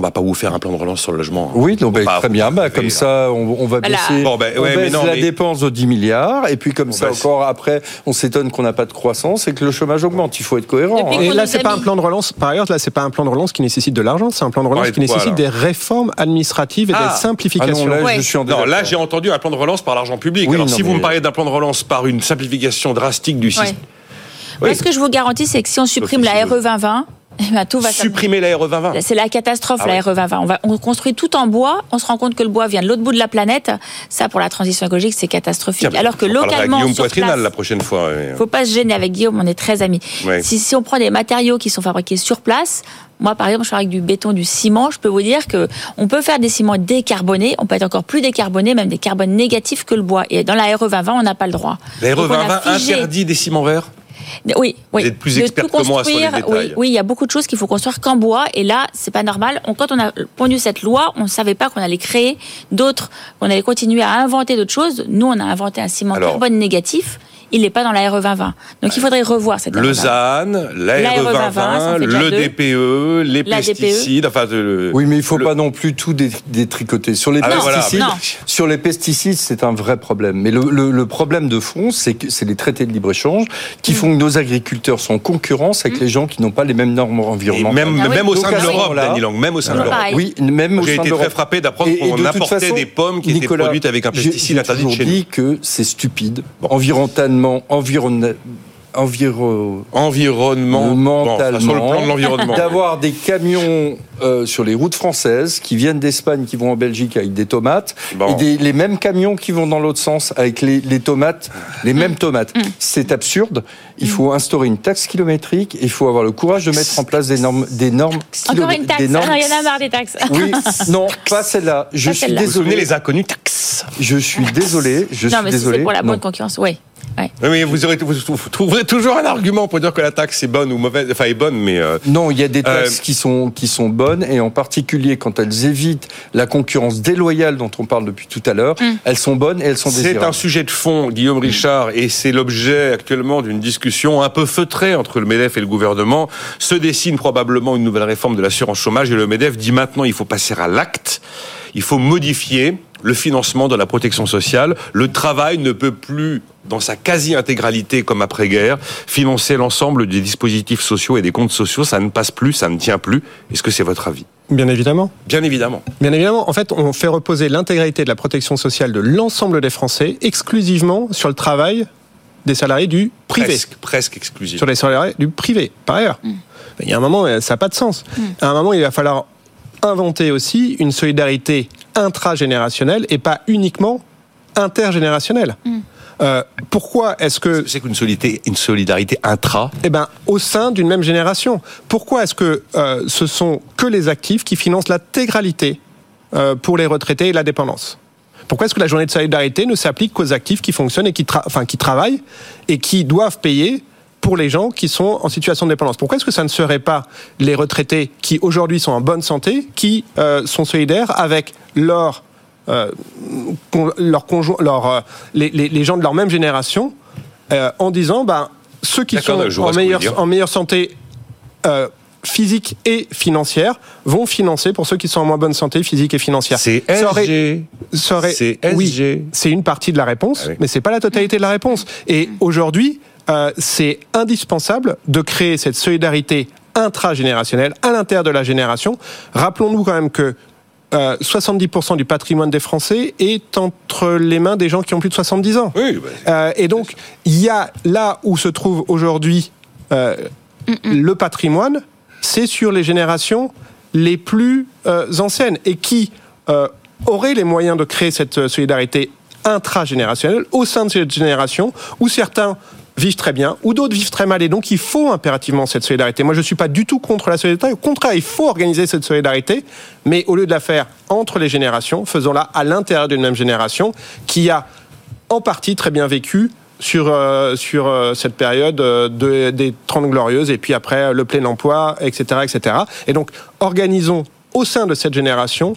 faire un plan de relance sur le logement. Oui, donc bah, pas, très bien. Bah, comme ça, on, on va voilà. baisser bon, bah, ouais, on baisse mais non, la mais... dépense aux dix milliards. Et puis comme on ça, baisse. encore après, on s'étonne qu'on n'a pas de croissance et que le chômage augmente. Il faut être cohérent. Depuis hein. qu'on Et là, nous c'est a pas mis- un plan de relance. Par ailleurs, là, c'est pas un plan de relance qui nécessite de l'argent. C'est un plan de relance Ouais, qui nécessite voilà. des réformes administratives et Ah. des Ah simplifications. non, là, Ouais. je suis en Non, désaccord. là, j'ai entendu un plan de relance par l'argent public. Oui, Alors, non, si vous mais- me parlez d'un plan de relance par une simplification drastique du système, Ouais. Oui. Moi, ce que je vous garantis, c'est que si on supprime la R E vingt vingt, eh ben, tout va supprimer la R E vingt vingt. C'est la catastrophe, Ah la ouais. R E vingt vingt. On, va, on construit tout en bois, on se rend compte que le bois vient de l'autre bout de la planète. Ça, pour la transition écologique, c'est catastrophique. Tiens, Alors que on parlera localement, à Guillaume sur Poitrinal place, la prochaine fois. ouais. faut pas se gêner avec Guillaume, on est très amis. Ouais. Si, si on prend des matériaux qui sont fabriqués sur place, moi, par exemple, je travaille avec du béton, du ciment, je peux vous dire que on peut faire des ciments décarbonés, on peut être encore plus décarboné, même des carbones négatifs que le bois. Et dans la R E vingt vingt, on n'a pas le droit. La R E Donc, on a vingt vingt figé- interdit des ciments verts. Oui, oui. Vous êtes plus De experte tout que moi sur les construire, détails. Oui, oui, il y a beaucoup de choses qu'il faut construire qu'en bois. Et là, c'est pas normal. On, quand on a pondu cette loi, on ne savait pas qu'on allait créer d'autres, qu'on allait continuer à inventer d'autres choses. Nous, on a inventé un ciment Alors, carbone négatif. Il n'est pas dans la R E vingt vingt. Donc, il faudrait revoir cette R E vingt vingt. Le ZAN, la La R E vingt R E vingt vingt, vingt, ça fait déjà le deux. D P E, les La D P E. pesticides, enfin... Le, Oui, mais il faut le- pas non plus tout dé- détricoter. Sur les Ah, voilà. pesticides, Non. sur les pesticides, c'est un vrai problème. Mais le, le, le problème de fond, c'est que c'est les traités de libre-échange qui Mm. font que nos agriculteurs sont en concurrence avec les gens qui n'ont pas les mêmes normes Et environnementales. même, Ah oui. même au sein Donc, de à ce l'Europe, moment-là- Dany Lang, même au sein de Toujours l'Europe. pareil. Oui, même au J'ai sein été de très l'Europe. frappé d'apprendre Et- et de qu'on toute importait façon, des pommes qui étaient Nicolas, produites avec un j'ai- pesticide j'ai interdit toujours chez nous. dit que c'est stupide, environnementalement, environ, environ, Environnement, bon, enfin, sur le plan de l'environnement. d'avoir des camions euh, sur les routes françaises qui viennent d'Espagne, qui vont en Belgique avec des tomates, Bon. et des, les mêmes camions qui vont dans l'autre sens avec les, les tomates, les mêmes tomates. C'est absurde. Il faut instaurer une taxe kilométrique. Il faut avoir le courage de mettre en place des normes, des normes. Encore kilomé- une taxe. des normes- Ah, il y en a marre des taxes. Oui, non, pas celle-là. Je Pas suis celle-là. Vous vous souvenez désolé. les inconnus taxes? Je suis désolé. Je Non, suis mais si désolé. c'est pour la Non. bonne concurrence, oui. Ouais. Oui, mais vous, aurez, vous, vous trouverez toujours un argument pour dire que la taxe est bonne ou mauvaise. Enfin, est bonne, mais... euh, Non, il y a des taxes Euh, qui sont qui sont bonnes et en particulier quand elles évitent la concurrence déloyale dont on parle depuis tout à l'heure, Mm. elles sont bonnes et elles sont C'est désirables. un sujet de fond, Guillaume Richard, et c'est l'objet actuellement d'une discussion un peu feutrée entre le MEDEF et le gouvernement. Se dessine probablement une nouvelle réforme de l'assurance chômage et le MEDEF dit maintenant il faut passer à l'acte, il faut modifier le financement de la protection sociale. Le travail ne peut plus, dans sa quasi-intégralité comme après-guerre, financer l'ensemble des dispositifs sociaux et des comptes sociaux. Ça ne passe plus, ça ne tient plus. Est-ce que c'est votre avis? Bien évidemment. Bien évidemment. Bien évidemment, en fait, on fait reposer l'intégralité de la protection sociale de l'ensemble des Français exclusivement sur le travail des salariés du privé. Presque, presque exclusif. Sur les salariés du privé, par ailleurs. Il y a un moment, ça n'a pas de sens. À un moment, il va falloir inventer aussi une solidarité intragénérationnelle et pas uniquement intergénérationnelle. Euh, pourquoi est-ce que C'est qu'une solidarité, une solidarité intra. eh ben, au sein d'une même génération. Pourquoi est-ce que euh, ce sont que les actifs qui financent l'intégralité euh, pour les retraités et la dépendance? Pourquoi est-ce que la journée de solidarité ne s'applique qu'aux actifs qui fonctionnent et qui, tra- enfin, qui travaillent et qui doivent payer pour les gens qui sont en situation de dépendance? Pourquoi est-ce que ça ne serait pas les retraités qui aujourd'hui sont en bonne santé qui euh, sont solidaires avec leur euh, con- leur conjoint, leur, euh, les, les, les gens de leur même génération euh, en disant ben, ceux qui D'accord, sont je vois en ce que vous voulez meilleure, dire. en meilleure santé euh, physique et financière vont financer pour ceux qui sont en moins bonne santé physique et financière. C'est Ça aurait- S G. ça aurait- C'est S G. Oui, c'est une partie de la réponse, Ah oui. mais c'est pas la totalité de la réponse. Et aujourd'hui, euh, c'est indispensable de créer cette solidarité intragénérationnelle à l'intérieur de la génération. Rappelons-nous quand même que euh, soixante-dix pour cent du patrimoine des Français est entre les mains des gens qui ont plus de soixante-dix ans. Oui, bah, Euh, et donc, il y a là où se trouve aujourd'hui euh, le patrimoine, c'est sur les générations les plus euh, anciennes et qui euh, auraient les moyens de créer cette solidarité intragénérationnelle au sein de cette génération où certains vivent très bien, ou d'autres vivent très mal. Et donc, il faut impérativement cette solidarité. Moi, je ne suis pas du tout contre la solidarité. Au contraire, il faut organiser cette solidarité, mais au lieu de la faire entre les générations, faisons-la à l'intérieur d'une même génération qui a en partie très bien vécu sur, euh, sur euh, cette période euh, de, des Trente Glorieuses, et puis après euh, le plein emploi, et cetera, et cetera. Et donc, organisons au sein de cette génération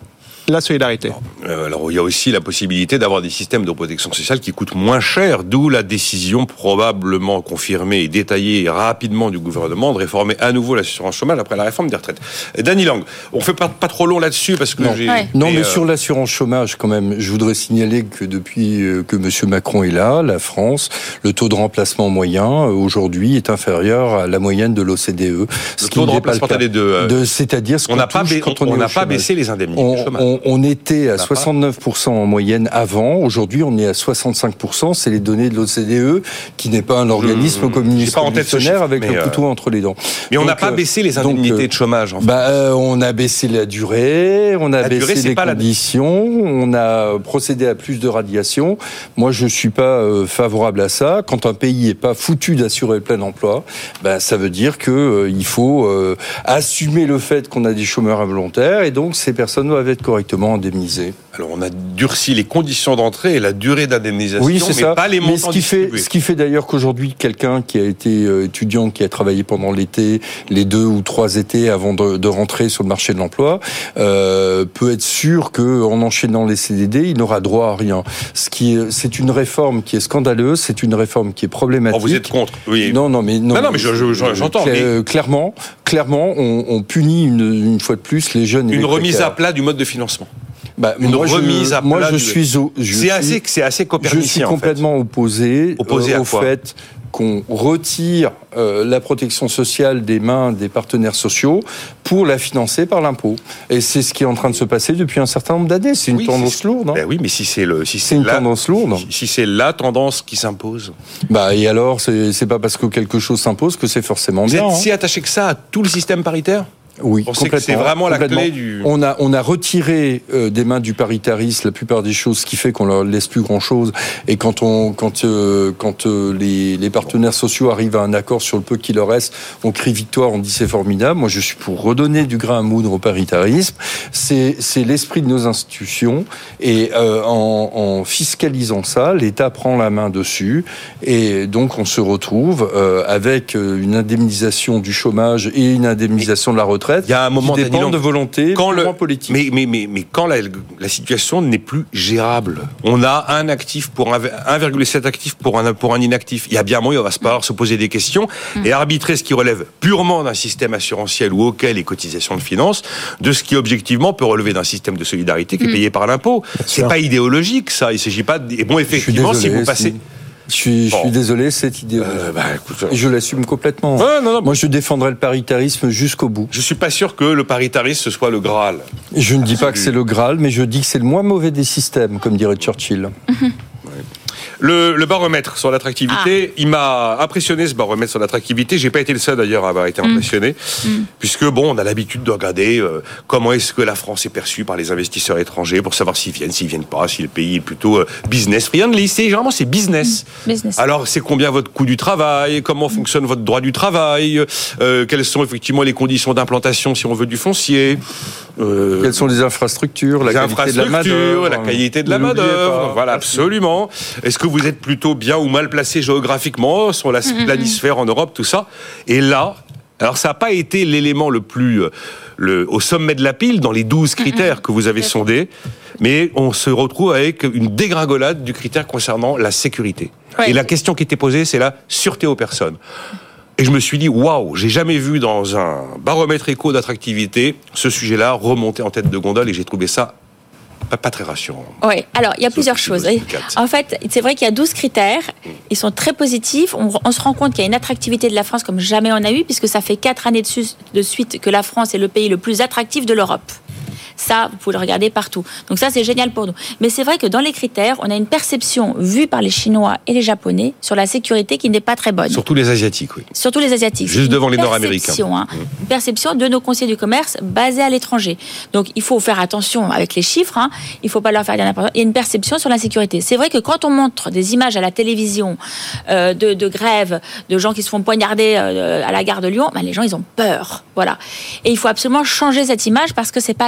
la solidarité. Euh, alors, il y a aussi la possibilité d'avoir des systèmes de protection sociale qui coûtent moins cher, d'où la décision probablement confirmée et détaillée rapidement du gouvernement de réformer à nouveau l'assurance chômage après la réforme des retraites. Dany Lang, on fait pas, pas trop long là-dessus parce que non. j'ai... Ouais. Non, mais euh... sur l'assurance chômage, quand même, je voudrais signaler que depuis que M. Macron est là, la France, le taux de remplacement moyen, aujourd'hui, est inférieur à la moyenne de l'O C D E. Le taux de remplacement des deux... De, c'est-à-dire ce qu'on on n'a pas, touche ba- quand on, on on n'a pas baissé les indemnités on, du chômage. On, on était à on soixante-neuf pour cent en moyenne avant. Aujourd'hui, on est à soixante-cinq pour cent. C'est les données de l'O C D E, qui n'est pas un organisme Je, communiste pas en tête ce chiffre, avec le couteau euh... entre les dents. Mais on n'a donc, pas baissé les indemnités donc, de chômage. En fait. bah, euh, on a baissé la durée, on a la baissé durée, les conditions, la... on a procédé à plus de radiation. Moi, je suis pas euh, favorable à ça. Quand un pays est pas foutu d'assurer le plein emploi, bah, ça veut dire que euh, il faut euh, assumer le fait qu'on a des chômeurs involontaires et donc ces personnes doivent être correctement indemnisées. Alors, on a durci les conditions d'entrée et la durée d'indemnisation, oui, c'est mais ça. pas les montants mais ce qui fait, ce qui fait d'ailleurs qu'aujourd'hui, quelqu'un qui a été euh, étudiant, qui a travaillé pendant l'été, les deux ou trois étés avant de, de rentrer sur le marché de l'emploi, euh, peut être sûr qu'en enchaînant les C D D, il n'aura droit à rien. Ce qui est, c'est une réforme qui est scandaleuse, c'est une réforme qui est problématique. Oh, vous êtes contre, oui. Non, non, mais non. Non, non, mais je, je, je, j'entends. Cla- mais... Clairement, clairement, on, on punit une, une fois de plus les jeunes. Et une les remise précaires. à plat du mode de financement. Bah, une moi, remise je, à plat. Moi, je du... suis, au, je c'est suis, assez, c'est assez copernicien. Je suis complètement en fait. opposé, opposé euh, à au quoi fait qu'on retire euh, la protection sociale des mains des partenaires sociaux pour la financer par l'impôt. Et c'est ce qui est en train de se passer depuis un certain nombre d'années. C'est une oui, tendance c'est... lourde. Hein. Ben oui, mais si c'est le, si c'est, c'est une la... tendance lourde. Si, si c'est la tendance qui s'impose. Bah et alors, c'est, c'est pas parce que quelque chose s'impose que c'est forcément Vous bien. Vous êtes hein. si attaché que ça à tout le système paritaire ? Oui, on complètement. Sait que c'est vraiment la clé du... On a, on a retiré euh, des mains du paritarisme la plupart des choses, ce qui fait qu'on leur laisse plus grand-chose. Et quand on, quand, euh, quand euh, les, les partenaires sociaux arrivent à un accord sur le peu qui leur reste, on crie victoire, on dit c'est formidable. Moi, je suis pour redonner du grain à moudre au paritarisme. C'est, c'est l'esprit de nos institutions. Et euh, en, en fiscalisant ça, l'État prend la main dessus. Et donc, on se retrouve euh, avec une indemnisation du chômage et une indemnisation de la retraite. Il y a un moment qui dépend de volonté quand le politique. Mais, mais, mais, mais quand la, la situation n'est plus gérable, on a un actif pour un, un virgule sept actifs pour un, pour un inactif. Il y a bien moyen, on va se, pas, se poser des questions mmh. et arbitrer ce qui relève purement d'un système assurantiel ou auquel les cotisations de finances, de ce qui objectivement peut relever d'un système de solidarité qui est mmh. payé par l'impôt. Bien C'est sûr. Pas idéologique, ça. Il s'agit pas de... Et bon, effectivement, désolé, si vous passez... Si... Je suis, bon. je suis désolé, cette idée. Euh, bah, écoute, Et je l'assume complètement. Ouais, non, non, Moi, je défendrai le paritarisme jusqu'au bout. Je suis pas sûr que le paritarisme ce soit le Graal. Et je ne dis pas que c'est le Graal, mais je dis que c'est le moins mauvais des systèmes, comme dirait Churchill. Mm-hmm. Ouais. Le, le baromètre sur l'attractivité, ah. il m'a impressionné ce baromètre sur l'attractivité. J'ai pas été le seul d'ailleurs à avoir été impressionné, mmh. puisque bon, on a l'habitude de regarder euh, comment est-ce que la France est perçue par les investisseurs étrangers pour savoir s'ils viennent, s'ils viennent pas, si le pays est plutôt euh, business friendly. C'est généralement c'est business. Mmh. business. Alors c'est combien votre coût du travail, comment fonctionne votre droit du travail, euh, quelles sont effectivement les conditions d'implantation si on veut du foncier. Euh, Quelles sont les infrastructures, la les qualité infrastructures, de la main-d'œuvre, la qualité de la main-d'œuvre, voilà, absolument. Est-ce que vous êtes plutôt bien ou mal placé géographiquement sur la mm-hmm. planisphère en Europe, tout ça? Et là, alors ça n'a pas été l'élément le plus le, au sommet de la pile dans les douze critères mm-hmm. que vous avez sondés, mais on se retrouve avec une dégringolade du critère concernant la sécurité. Ouais. Et la question qui était posée, c'est la sûreté aux personnes. Et je me suis dit, waouh, j'ai jamais vu dans un baromètre éco d'attractivité ce sujet-là remonter en tête de gondole et j'ai trouvé ça pas, pas très rassurant. Oui, alors il y a plusieurs choses. En fait, c'est vrai qu'il y a douze critères, ils sont très positifs. On, on se rend compte qu'il y a une attractivité de la France comme jamais on a eu, puisque ça fait quatre années de, su- de suite que la France est le pays le plus attractif de l'Europe. Ça, vous pouvez le regarder partout. Donc ça, c'est génial pour nous. Mais c'est vrai que dans les critères, on a une perception vue par les Chinois et les Japonais sur la sécurité qui n'est pas très bonne. Surtout les Asiatiques, oui. Surtout les Asiatiques. Juste devant les Nord-Américains. Hein, mmh. Une perception de nos conseillers du commerce basée à l'étranger. Donc il faut faire attention avec les chiffres. Hein. Il ne faut pas leur faire dire n'importe quoi. Il y a une perception sur la sécurité. C'est vrai que quand on montre des images à la télévision euh, de, de grèves, de gens qui se font poignarder euh, à la gare de Lyon, ben, les gens, ils ont peur. Voilà. Et il faut absolument changer cette image parce que ce n'est pas la vraie image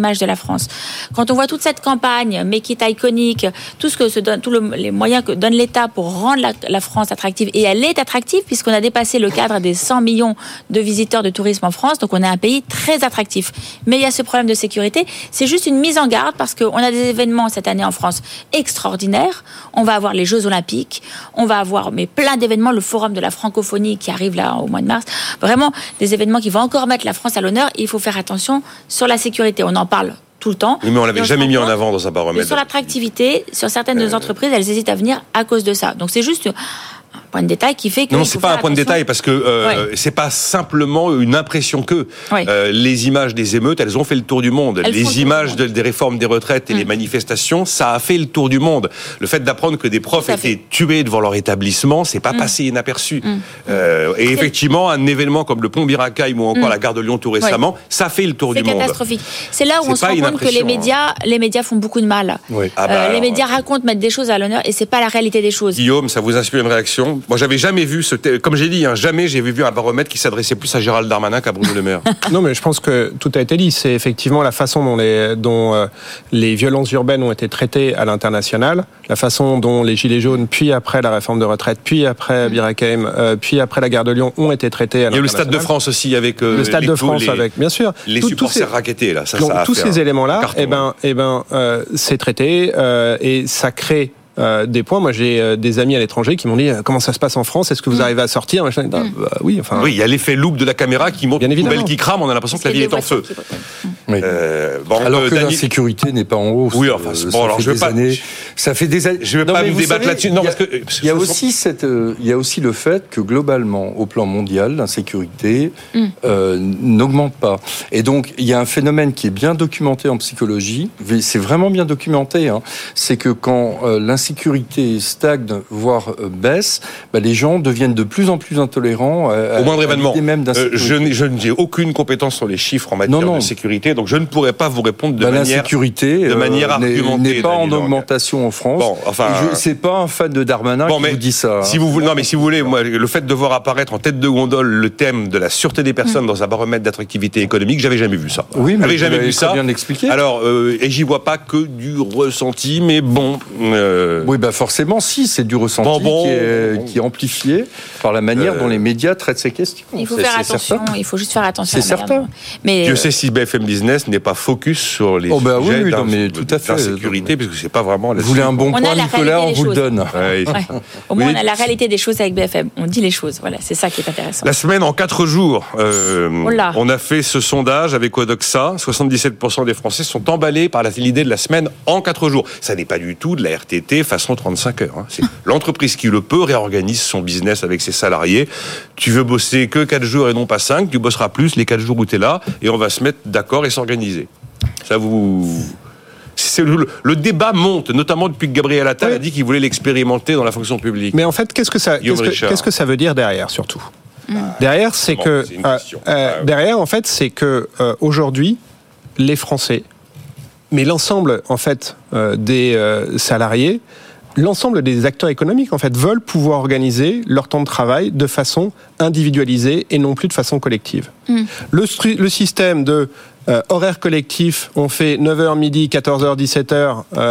l'image de la France. Quand on voit toute cette campagne, Make It Iconic, tout ce que se donne, tous le, les moyens que donne l'État pour rendre la, la France attractive, et elle est attractive puisqu'on a dépassé le cadre des cent millions de visiteurs de tourisme en France, donc on est un pays très attractif. Mais il y a ce problème de sécurité. C'est juste une mise en garde parce qu'on a des événements cette année en France extraordinaires. On va avoir les Jeux Olympiques, on va avoir mais plein d'événements, le Forum de la francophonie qui arrive là au mois de mars. Vraiment des événements qui vont encore mettre la France à l'honneur. Et il faut faire attention sur la sécurité. On en parle tout le temps. Oui, mais on l'avait jamais mis en avant dans un baromètre. Sur l'attractivité, sur certaines euh... entreprises, elles hésitent à venir à cause de ça. Donc c'est juste un point de détail qui fait que... Non, c'est pas un point de détail parce que euh, ouais. c'est pas simplement une impression que ouais. euh, les images des émeutes, elles ont fait le tour du monde. Elles les images de, des réformes des retraites et mmh. les manifestations, ça a fait le tour du monde. Le fait d'apprendre que des profs étaient tués devant leur établissement, c'est pas mmh. passé inaperçu. Mmh. Euh, et effectivement, un événement comme le pont Biracaï ou encore mmh. la gare de Lyon tout récemment, ouais. ça fait le tour c'est du monde. C'est catastrophique. C'est là où c'est on se rend compte que les médias, les médias font beaucoup de mal. Oui. Ah bah, euh, alors, les médias racontent, mettent des choses à l'honneur et c'est pas la réalité des choses. Guillaume, ça vous inspire une réaction? Moi, j'avais jamais vu ce thé... comme j'ai dit, hein, jamais j'ai vu un baromètre qui s'adressait plus à Gérald Darmanin qu'à Bruno Le Maire. Non, mais je pense que tout a été dit. C'est effectivement la façon dont les, dont, euh, les violences urbaines ont été traitées à l'international, la façon dont les Gilets jaunes, puis après la réforme de retraite, puis après Birakeim, euh, puis après la gare de Lyon ont été traités à l'international. Il y a eu le Stade de France aussi avec euh, le Stade les de France les, avec, bien sûr, les tout, supporters ces, rackettés là. Ça, donc, ça a tous fait ces un, éléments-là, un eh ben, eh ben, euh, c'est traité euh, et ça crée. Euh, des points. Moi, j'ai euh, des amis à l'étranger qui m'ont dit euh, comment ça se passe en France. Est-ce que vous mmh. arrivez à sortir? Machin, bah, mmh. bah, oui, enfin. Oui, il y a l'effet loupe de la caméra qui montre une poubelle qui crame. On a l'impression que la ville est en feu. Oui. Euh, bon, alors euh, que Dani... l'insécurité n'est pas en hausse. Oui, enfin, euh, bon, alors je veux pas. Années, ça fait des années. Je veux non, pas me débattre là-dessus. Non, il y a, parce que il y a aussi cette, euh, il y a aussi le fait que globalement, au plan mondial, l'insécurité mmh. euh, n'augmente pas. Et donc, il y a un phénomène qui est bien documenté en psychologie. C'est vraiment bien documenté. Hein, c'est que quand euh, l'insécurité stagne, voire euh, baisse, bah, les gens deviennent de plus en plus intolérants à, au moindre événement. Même euh, je, je n'ai aucune compétence sur les chiffres en matière non, non. de sécurité, donc je ne pourrais pas vous répondre de bah, manière l'insécurité de manière euh, argumentée. N'est pas en augmentation en France. Bon, enfin, je, c'est pas un fan de Darmanin bon, qui mais vous dit ça. Si vous voulez, non, mais si vous voulez, moi, le fait de voir apparaître en tête de gondole le thème de la sûreté des personnes mmh. dans un baromètre d'attractivité économique, j'avais jamais vu ça. Oui, mais j'avais jamais vu ça. Bien l'expliquer. Alors, euh, et j'y vois pas que du ressenti, mais bon. Euh... Oui, bah forcément, si, c'est du ressenti bon, bon, qui, est, bon. qui est amplifié par la manière euh... dont les médias traitent ces questions. Il faut c'est, faire c'est attention. Certain. Il faut juste faire attention. C'est certain. Mais Dieu sait si B F M Business n'est pas focus sur les oh bah sujets oui, oui, d'un, non, mais tout à fait d'insécurité, parce que c'est pas vraiment. Vous voulez un bon point, Nicolas, on vous le donne. Ouais. Ouais. Au moins, oui. on a la réalité des choses avec B F M. On dit les choses. Voilà, c'est ça qui est intéressant. La semaine en quatre jours. Euh, oh on a fait ce sondage avec Odoxa. soixante-dix-sept pour cent des Français sont emballés par l'idée de la semaine en quatre jours. Ça n'est pas du tout de la R T T façon trente-cinq heures. Hein. C'est l'entreprise qui le peut réorganise son business avec ses salariés. Tu veux bosser que quatre jours et non pas cinq, tu bosseras plus les quatre jours où tu es là et on va se mettre d'accord et s'organiser. Ça vous... C'est le, le débat monte, notamment depuis que Gabriel Attal oui. a dit qu'il voulait l'expérimenter dans la fonction publique. Mais en fait, qu'est-ce que ça, qu'est-ce que, qu'est-ce que ça veut dire derrière, surtout mmh. Derrière, c'est bon, que c'est euh, euh, ah, derrière, en fait, c'est que euh, aujourd'hui, les Français, mais l'ensemble, en fait, euh, des euh, salariés, l'ensemble des acteurs économiques, en fait, veulent pouvoir organiser leur temps de travail de façon individualisée et non plus de façon collective. Mmh. Le, le système de Euh, horaire collectif, on fait neuf heures midi, quatorze heures, dix-sept heures euh,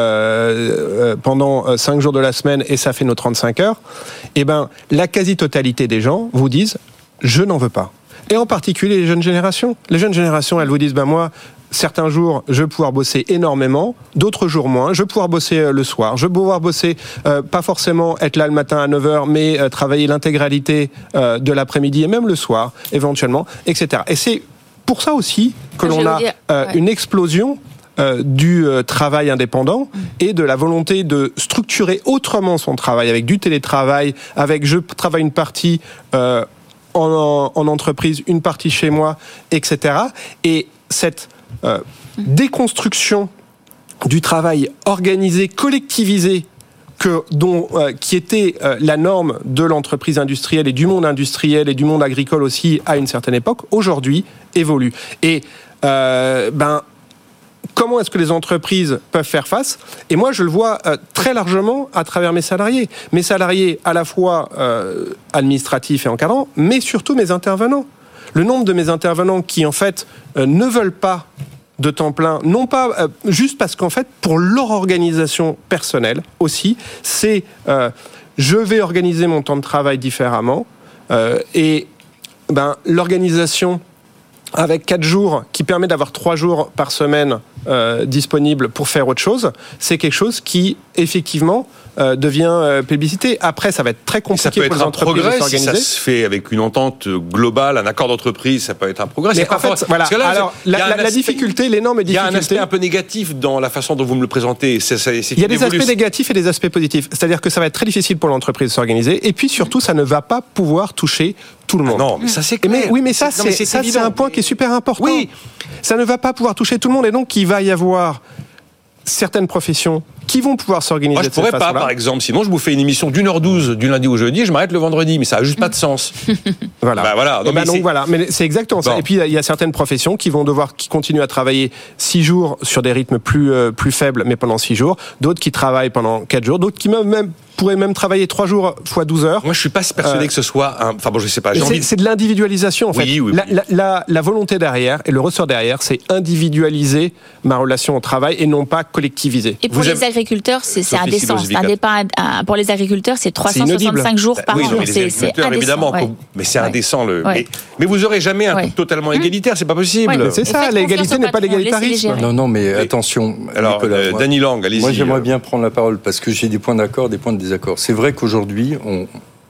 euh, pendant euh, cinq jours de la semaine et ça fait nos trente-cinq heures, eh ben, la quasi-totalité des gens vous disent « je n'en veux pas ». Et en particulier les jeunes générations. Les jeunes générations, elles vous disent ben, « moi, certains jours, je vais pouvoir bosser énormément, d'autres jours moins, je vais pouvoir bosser le soir, je vais pouvoir bosser, euh, pas forcément être là le matin à neuf heures, mais euh, travailler l'intégralité euh, de l'après-midi et même le soir, éventuellement, et cetera » Et c'est pour ça aussi que l'on a euh, ouais. une explosion euh, du euh, travail indépendant mmh. et de la volonté de structurer autrement son travail, avec du télétravail, avec je travaille une partie euh, en, en, en entreprise, une partie chez moi, et cetera. Et cette euh, mmh. déconstruction du travail organisé, collectivisé, que, dont, euh, qui était euh, la norme de l'entreprise industrielle et du monde industriel et du monde agricole aussi à une certaine époque, aujourd'hui évolue. Et euh, ben, comment est-ce que les entreprises peuvent faire face ? Et moi, je le vois euh, très largement à travers mes salariés. Mes salariés à la fois euh, administratifs et encadrants, mais surtout mes intervenants. Le nombre de mes intervenants qui, en fait, euh, ne veulent pas de temps plein, non pas euh, juste parce qu'en fait, pour leur organisation personnelle aussi, c'est euh, je vais organiser mon temps de travail différemment euh, et ben, l'organisation avec quatre jours qui permet d'avoir trois jours par semaine euh, disponibles pour faire autre chose, c'est quelque chose qui effectivement euh, devient euh, plébiscité. Après, ça va être très compliqué pour les entreprises de s'organiser. Ça se fait avec une entente globale, un accord d'entreprise, ça peut être un progrès. Mais c'est en fait, pas voilà. Là, alors la, la, aspect, la difficulté, l'énorme difficulté. Il y a un aspect un peu négatif dans la façon dont vous me le présentez. C'est, c'est, c'est il y a des aspects négatifs et des aspects positifs. C'est-à-dire que ça va être très difficile pour l'entreprise de s'organiser. Et puis surtout, ça ne va pas pouvoir toucher tout le monde. Ah non, mais ça c'est clair. Mais, oui, mais ça, c'est, non, mais c'est, ça, c'est un point qui est super important. Oui. Ça ne va pas pouvoir toucher tout le monde. Et donc, il va y avoir certaines professions qui vont pouvoir s'organiser. Moi, je de cette pourrais pas, façon-là. par exemple. Sinon, je vous fais une émission d'une heure douze du lundi au jeudi, je m'arrête le vendredi. Mais ça a juste pas de sens. Voilà. Bah, voilà. Non, Et bah mais donc c'est... voilà. Mais c'est exactement ça. Bon. Et puis, il y a certaines professions qui vont devoir, qui continuent à travailler six jours sur des rythmes plus, euh, plus faibles, mais pendant six jours. D'autres qui travaillent pendant quatre jours. D'autres qui même, même pourraient même travailler trois jours fois douze heures. Moi, je suis pas persuadé Euh, que ce soit un... Enfin bon, je sais pas. J'ai C'est, envie de... c'est de l'individualisation en fait. Oui, oui, la, oui. la, la, la volonté derrière et le ressort derrière, c'est individualiser ma relation au travail et non pas collectiviser. Et pour Vous les avez- agriculteurs, c'est, c'est Sophie indécent. C'est un Silosivica. départ à- pour les agriculteurs, c'est trois cent soixante-cinq jours par oui, an. non, mais les C'est, c'est agriculteurs, indécent. évidemment, ouais. mais c'est Ouais. indécent. Le... Ouais. Mais, mais vous aurez jamais un Ouais. truc totalement égalitaire, c'est pas possible. Ouais. Mais c'est Et ça, faites l'égalité confiance n'est au pas patron, l'égalitarisme. laissez-les gérer. Non, non, mais Oui. attention, Alors, Nicolas, euh, moi- Danny Lang, allez-y. Moi, j'aimerais euh. bien prendre la parole parce que j'ai des points d'accord, des points de désaccord. C'est vrai qu'aujourd'hui, on,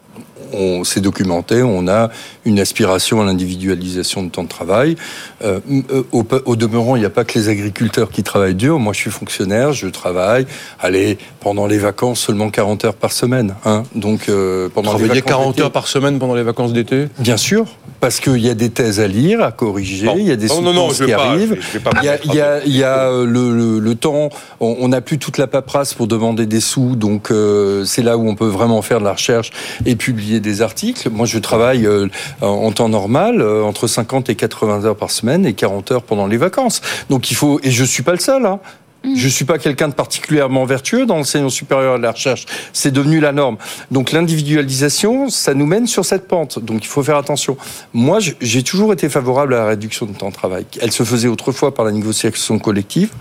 on s'est documenté, on a une aspiration à l'individualisation de temps de travail. Euh, au, au demeurant, il n'y a pas que les agriculteurs qui travaillent dur. Moi, je suis fonctionnaire, je travaille. Allez, pendant les vacances, seulement quarante heures par semaine. Hein. Donc, euh, pendant les Travailler vacances quarante d'été- heures par semaine pendant les vacances d'été. Bien sûr, parce qu'il y a des thèses à lire, à corriger, Bon. il y a des Non, non, non, soutenances je vais qui pas- arrivent. je vais pas Il y a, me il y a, il y a euh, le, le, le temps, on on n'a plus toute la paperasse pour demander des sous, donc euh, c'est là où on peut vraiment faire de la recherche et publier des articles. Moi, je travaille euh, en temps normal, euh, entre cinquante et quatre-vingts heures par semaine et quarante heures pendant les vacances. Donc il faut, et je suis pas le seul, hein. Je suis pas quelqu'un de particulièrement vertueux dans l'enseignement supérieur et de la recherche. C'est devenu la norme. Donc l'individualisation, ça nous mène sur cette pente. Donc il faut faire attention. Moi, j'ai toujours été favorable à la réduction de temps de travail. Elle se faisait autrefois par la négociation collective.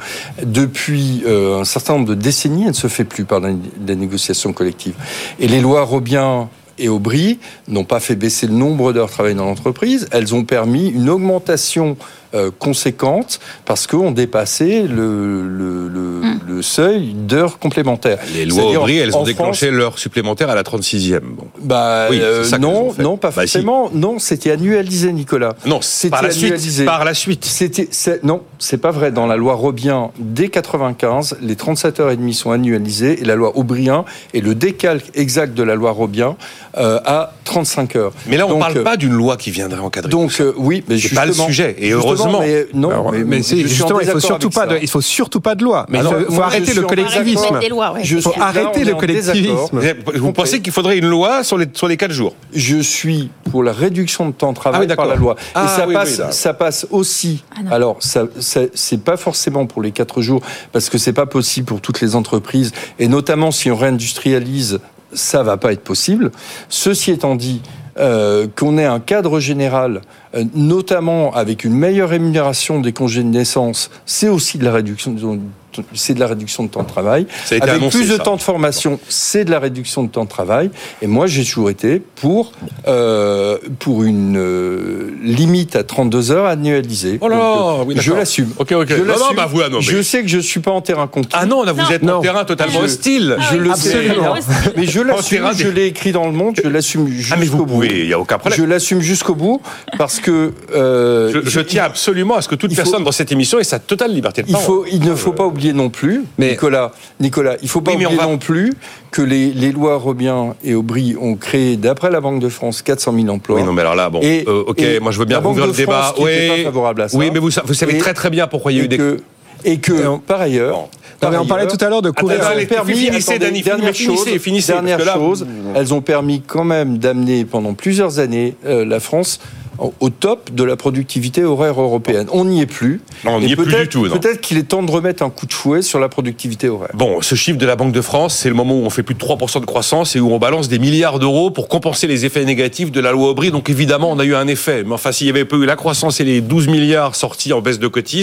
Depuis euh, un certain nombre de décennies, elle ne se fait plus par la, la négociation collective. Et les lois Robien et Aubry n'ont pas fait baisser le nombre d'heures travaillées dans l'entreprise. Elles ont permis une augmentation Euh, conséquente parce qu'on dépassait le, le, le, Mm. le seuil d'heures complémentaires. Les lois C'est-à-dire, Aubry, elles ont en déclenché France, l'heure supplémentaire à la trente-sixième. Bon. bah, Oui, c'est euh, ça qu'elles non, ont fait. non, pas Bah, si. forcément. Non, c'était annualisé, Nicolas. Non, C'était par la suite. annualisé. Par la suite. C'était, c'est, non, c'est pas vrai. Dans la loi Robien, dès quatre-vingt-quinze, les trente-sept heures et demie sont annualisées et la loi Aubrien est le décalque exact de la loi Robien euh, à trente-cinq heures. Mais là, on Donc, parle euh, pas d'une loi qui viendrait encadrer. Donc tout ça. euh, oui, mais C'est pas le justement- sujet, et justement, heureusement. Mais, non, Alors, mais, mais c'est, je suis en justement, il faut désaccord surtout avec pas ça. de, il faut surtout pas de loi. Mais il Alors, faut, faut moi, je arrêter suis le en collectivisme. désaccord. Des lois, ouais. Je Faut suis- là, arrêter on le est en désaccord. collectivisme. Vous, vous pensez qu'il faudrait une loi sur les, sur les quatre jours? Je suis pour la réduction de temps de travail Ah oui, par d'accord. la loi. Ah et ça oui, passe, oui, là. ça passe aussi. Ah non. alors, ça, ça, c'est pas forcément pour les quatre jours, parce que c'est pas possible pour toutes les entreprises, et notamment si on réindustrialise, ça va pas être possible. Ceci étant dit, euh, qu'on ait un cadre général, euh, notamment avec une meilleure rémunération des congés de naissance, c'est aussi de la réduction de, c'est de la réduction de temps de travail. Ça a été Avec annoncé, plus de ça. temps de formation, c'est de la réduction de temps de travail. Et moi, j'ai toujours été pour euh, pour une euh, limite à trente-deux heures annualisée. Oh là là, Donc, euh, oui, je d'accord. l'assume. Ok, ok. Je Non, non, l'assume. bah, vous, ah, non, mais- Je sais que je suis pas en terrain conquis. Ah non, là, vous Non. êtes Non. en terrain totalement Je- hostile. Je le sais, Absolument. mais je l'assume, terrain des- je l'ai écrit dans Le Monde, je l'assume jusqu'au Ah, mais vous bout. pouvez, il n'y a aucun problème. Je l'assume jusqu'au bout parce que euh, Je, je tiens absolument à ce que toute il faut- personne dans cette émission ait sa totale liberté de il parole. faut, il ne faut pas oublier non plus, Mais- Nicolas, Nicolas, il faut pas Oui, mais on oublier va- non plus que les, les lois Robien et Aubry ont créé, d'après la Banque de France, quatre cent mille emplois. Oui, non, mais alors là, bon, Et- euh, ok, et moi je veux bien la Banque rouvrir de le débat. France qui était pas favorable à ça. Oui, mais vous, vous savez Et- très très bien pourquoi il y a eu et des. que, et que Et on- par ailleurs, Bon. par Non, mais on parlait ailleurs, tout à l'heure de Attends, couvrir. attends, elles allez, ont permis, finissez, attendez, Dany, dernière finissez, chose, finissez, dernière parce que là- chose, elles ont permis quand même d'amener pendant plusieurs années euh, la France au- au top de la productivité horaire européenne. On n'y est plus. Non, on n'y Et est plus peut-être- du tout, non. Peut-être qu'il est temps de remettre un coup de fouet sur la productivité horaire. Bon, ce chiffre de la Banque de France, c'est le moment où on fait plus de trois pour cent de croissance et où on balance des milliards d'euros pour compenser les effets négatifs de la loi Aubry. Donc évidemment, on a eu un effet. Mais enfin, s'il n'y avait pas eu la croissance et les douze milliards sortis en baisse de cotises,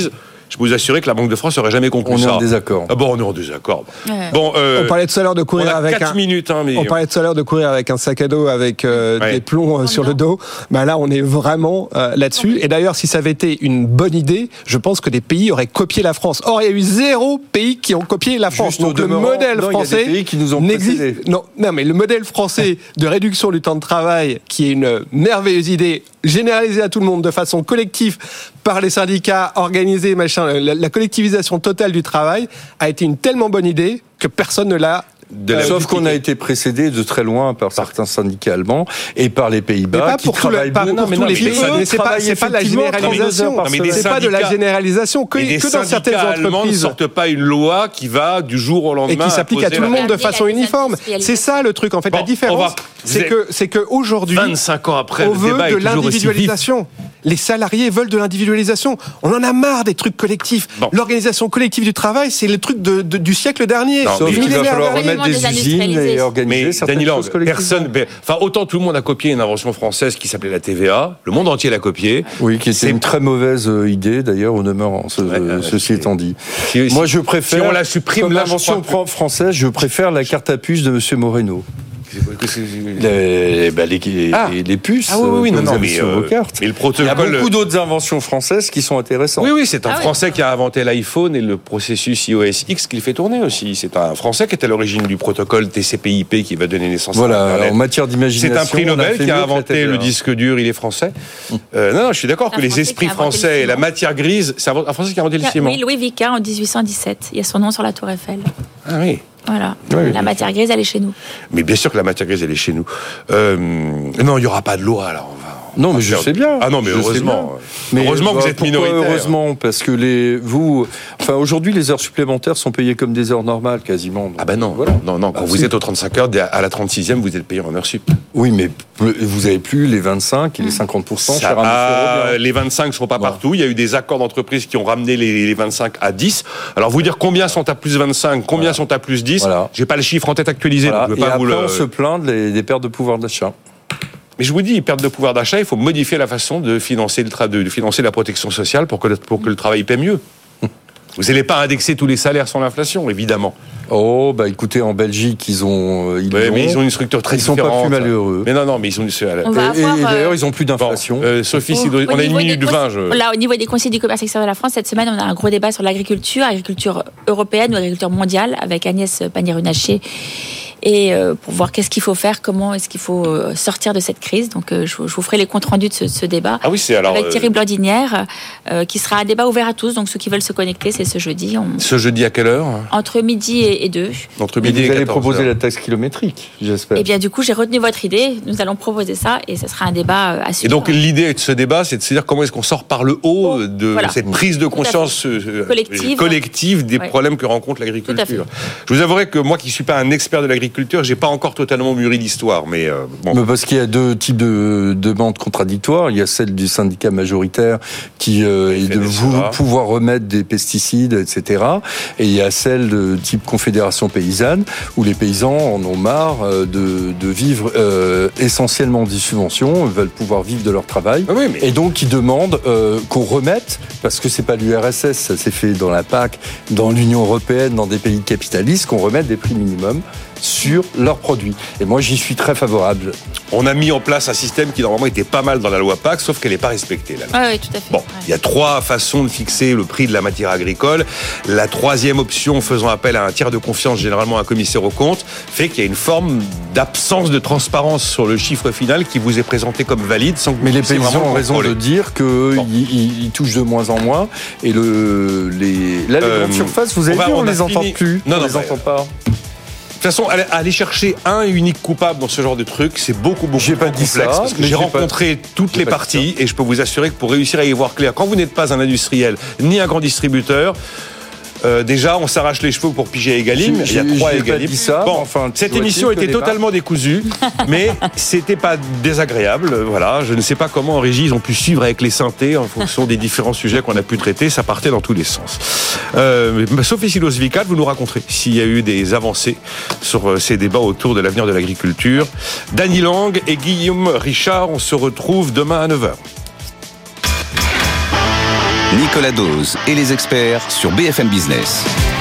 je peux vous assurer que la Banque de France n'aurait jamais conclu on ça. On est en désaccord. Ah bon, on est en désaccord. Ouais. Bon, euh, on parlait tout à l'heure de courir on a avec quatre un... minutes, hein, mais... On parlait tout à l'heure de courir avec un sac à dos avec euh, ouais. des plombs euh, sur le dos. Bah là, on est vraiment euh, là-dessus. Et d'ailleurs, si ça avait été une bonne idée, je pense que des pays auraient copié la France. Or, il y a eu zéro pays qui ont copié la France. Juste Donc le modèle non, français il y a des pays qui nous ont n'existe. précédés. Non, non, mais le modèle français de réduction du temps de travail, qui est une merveilleuse idée, généralisée à tout le monde de façon collective par les syndicats, organisée, machin, la, la collectivisation totale du travail a été une tellement bonne idée que personne ne l'a. De la Sauf qu'on a été précédé de très loin par certains syndicats allemands et par les Pays-Bas mais pas qui pour, tout le, travaillent pas beaucoup. pour mais tous non, les mais pays. eux Mais c'est pas, travaillent c'est pas de la effectivement généralisation. trente-deux heures par Non, mais des C'est pas de la syndicats- généralisation que, Et des que dans certaines syndicats allemands ne entreprises. sortent pas une loi qui va du jour au Et lendemain qui s'applique à imposer tout le la- monde de Regardez la façon uniforme. désindustrialisation. C'est ça le truc. En fait, Bon, la on différence, va- c'est vous que c'est que aujourd'hui, vingt-cinq ans après, on le veut débat de est toujours aussi vif. l'individualisation. Les salariés veulent de l'individualisation. On en a marre des trucs collectifs. Bon. L'organisation collective du travail, c'est le truc de, de- du siècle dernier. Non, Sauf mais qu'il va millénaire falloir dernier. remettre des usines et organiser Mais certaines Dany Lang, choses collectivement. personne, ben, enfin autant tout le monde a copié une invention française qui s'appelait la T V A, le monde entier l'a copié. Oui, qui était C'est- une très mauvaise euh, idée, d'ailleurs, au demeurant, ce, Ouais, ouais, ceci c'est- étant dit. Si- Moi, si- je préfère, si on la supprime, comme là, je l'invention crois française, je préfère la carte à puce de Monsieur Moreno. que c'est- Les, bah, les, les- Ah. les puces Ah oui, oui, oui, que non, vous non, avez mais, sur euh, vos cartes. mais le Il y a protocole. beaucoup d'autres inventions françaises qui sont intéressantes. Oui, oui, c'est un Ah oui. Français qui a inventé l'iPhone et le processus I O S X qui le fait tourner aussi. C'est un Français qui est à l'origine du protocole T C P I P qui va donner naissance à Voilà, Internet. en matière d'imagination. C'est un prix on a Nobel fait qui a mieux que la inventé T V A. le disque dur, il est français. Euh, non, non, je suis d'accord Un que les Français esprits qui a inventé le français et la ciment. matière grise, c'est un Français qui a inventé le ciment. Oui, Louis Vicat en dix-huit cent dix-sept. Il y a son nom sur la Tour Eiffel. Ah oui. Voilà. Oui, la oui. matière grise, elle est chez nous. Mais bien sûr que la matière grise, elle est chez nous. Euh, non, il n'y aura pas de loi, alors on va. Non, on va mais je faire- sais bien. Ah non, mais Je sais heureusement. bien. Mais heureusement que bah, vous êtes pourquoi minoritaire. Heureusement, parce que les vous, enfin aujourd'hui, les heures supplémentaires sont payées comme des heures normales quasiment. Donc, Ah ben non, voilà. non, non. Quand Ah, vous si. êtes aux trente-cinq heures, à la trente-sixième, vous êtes payé en heure sup. Oui, mais vous avez plus les vingt-cinq et les cinquante pour cent. Ça cher ami a- Robien. les vingt-cinq ne sont pas Voilà. partout. Il y a eu des accords d'entreprise qui ont ramené les, les vingt-cinq à dix. Alors, vous dire combien sont à plus vingt-cinq, combien Voilà. sont à plus dix, Voilà. j'ai pas le chiffre en tête actualisé, Voilà. donc je Et veux pas vous après, le... on se plaint des, des pertes de pouvoir d'achat. Mais je vous dis, perte de pouvoir d'achat, il faut modifier la façon de financer, le tra- de, de financer la protection sociale pour que, le, pour que le travail paie mieux. Vous n'allez pas indexer tous les salaires sur l'inflation, évidemment. Oh, bah écoutez, en Belgique, ils ont, euh, ils, Ouais, l'ont. mais ils ont une structure très Ils sont différente. pas plus malheureux. Mais non, non, mais ils ont une... On va Et, et avoir, d'ailleurs, euh, ils ont plus Bon, d'inflation. euh, Sophie, si- Au- au on a une niveau minute des de vingt. conse- Je... Là, au niveau des conseils du commerce extérieur de la France, cette semaine, on a un gros débat sur l'agriculture, agriculture européenne ou agriculture mondiale, avec Agnès Pannier-Runacher. Et euh, pour voir qu'est-ce qu'il faut faire, comment est-ce qu'il faut euh, sortir de cette crise. Donc, euh, je, je vous ferai les comptes rendus de ce, ce débat. Ah oui, c'est alors... avec euh, Thierry Blandinière, euh, qui sera un débat ouvert à tous. Donc, ceux qui veulent se connecter, c'est ce jeudi. On- Ce jeudi à quelle heure? entre midi et, et deux. Entre Mais midi et vous allez quatorze proposer heures. la taxe kilométrique, j'espère. Et bien, du coup, j'ai retenu votre idée. Nous allons proposer ça et ce sera un débat euh, à suivre. Et donc l'idée de ce débat, c'est de se dire comment est-ce qu'on sort par le haut de Voilà. cette prise de conscience euh, Collective. collective des Ouais. problèmes que rencontre Tout à l'agriculture. Je vous avouerai que moi qui suis pas un expert de l'agriculture, j'ai pas encore totalement mûri l'histoire, mais euh, bon. Mais parce qu'il y a deux types de demandes contradictoires. Il y a celle du syndicat majoritaire qui euh, est de F N S E A. vous pouvoir remettre des pesticides, et cetera. Et il y a celle de type confédération paysanne où les paysans en ont marre euh, de, de vivre euh, essentiellement des subventions, veulent pouvoir vivre de leur travail. Ah oui, mais Et donc, ils demandent euh, qu'on remette, parce que c'est pas l'U R S S, ça s'est fait dans la P A C, dans l'Union européenne, dans des pays capitalistes, qu'on remette des prix minimums sur leurs produits. Et moi, j'y suis très favorable. on a mis en place un système qui normalement était pas mal dans la loi P A C, sauf qu'elle n'est pas respectée. La loi. Oui, oui, tout à fait. Bon, Ouais. il y a trois façons de fixer le prix de la matière agricole. La troisième option, faisant appel à un tiers de confiance, généralement un commissaire aux comptes, fait qu'il y a une forme d'absence de transparence sur le chiffre final qui vous est présenté comme valide. Sans que Mais vous les puissiez paysans vraiment ont le raison contrôler. de dire qu'ils Bon. ils, ils touchent de moins en moins. Et le, les, là, les Euh, grandes surfaces, vous avez on va- vu, on, on a les entend fini. plus. Non, on non, les bah, entend pas. De toute façon, aller, aller chercher un et unique coupable dans ce genre de truc, c'est beaucoup, beaucoup J'ai trop pas dit complexe. ça, parce que mais j'ai j'ai pas- rencontré toutes j'ai les pas dit parties et je peux vous assurer que pour réussir à y voir clair, quand vous n'êtes pas un industriel ni un grand distributeur, euh, déjà, on s'arrache les cheveux pour piger à Egalim. J'ai- Il y a trois j'ai pas Egalim. dit ça, Bon, mais enfin, cette doit-il émission que était les totalement décousue, mais c'était pas désagréable. Voilà, je ne sais pas comment en régie ils ont pu suivre avec les synthés en fonction des différents sujets qu'on a pu traiter. Ça partait dans tous les sens. Euh, Sophie Silos-Vicat, vous nous raconterez s'il y a eu des avancées sur euh, ces débats autour de l'avenir de l'agriculture. Dany Lang et Guillaume Richard, on se retrouve demain à neuf heures. Nicolas Dose et les experts sur B F M Business.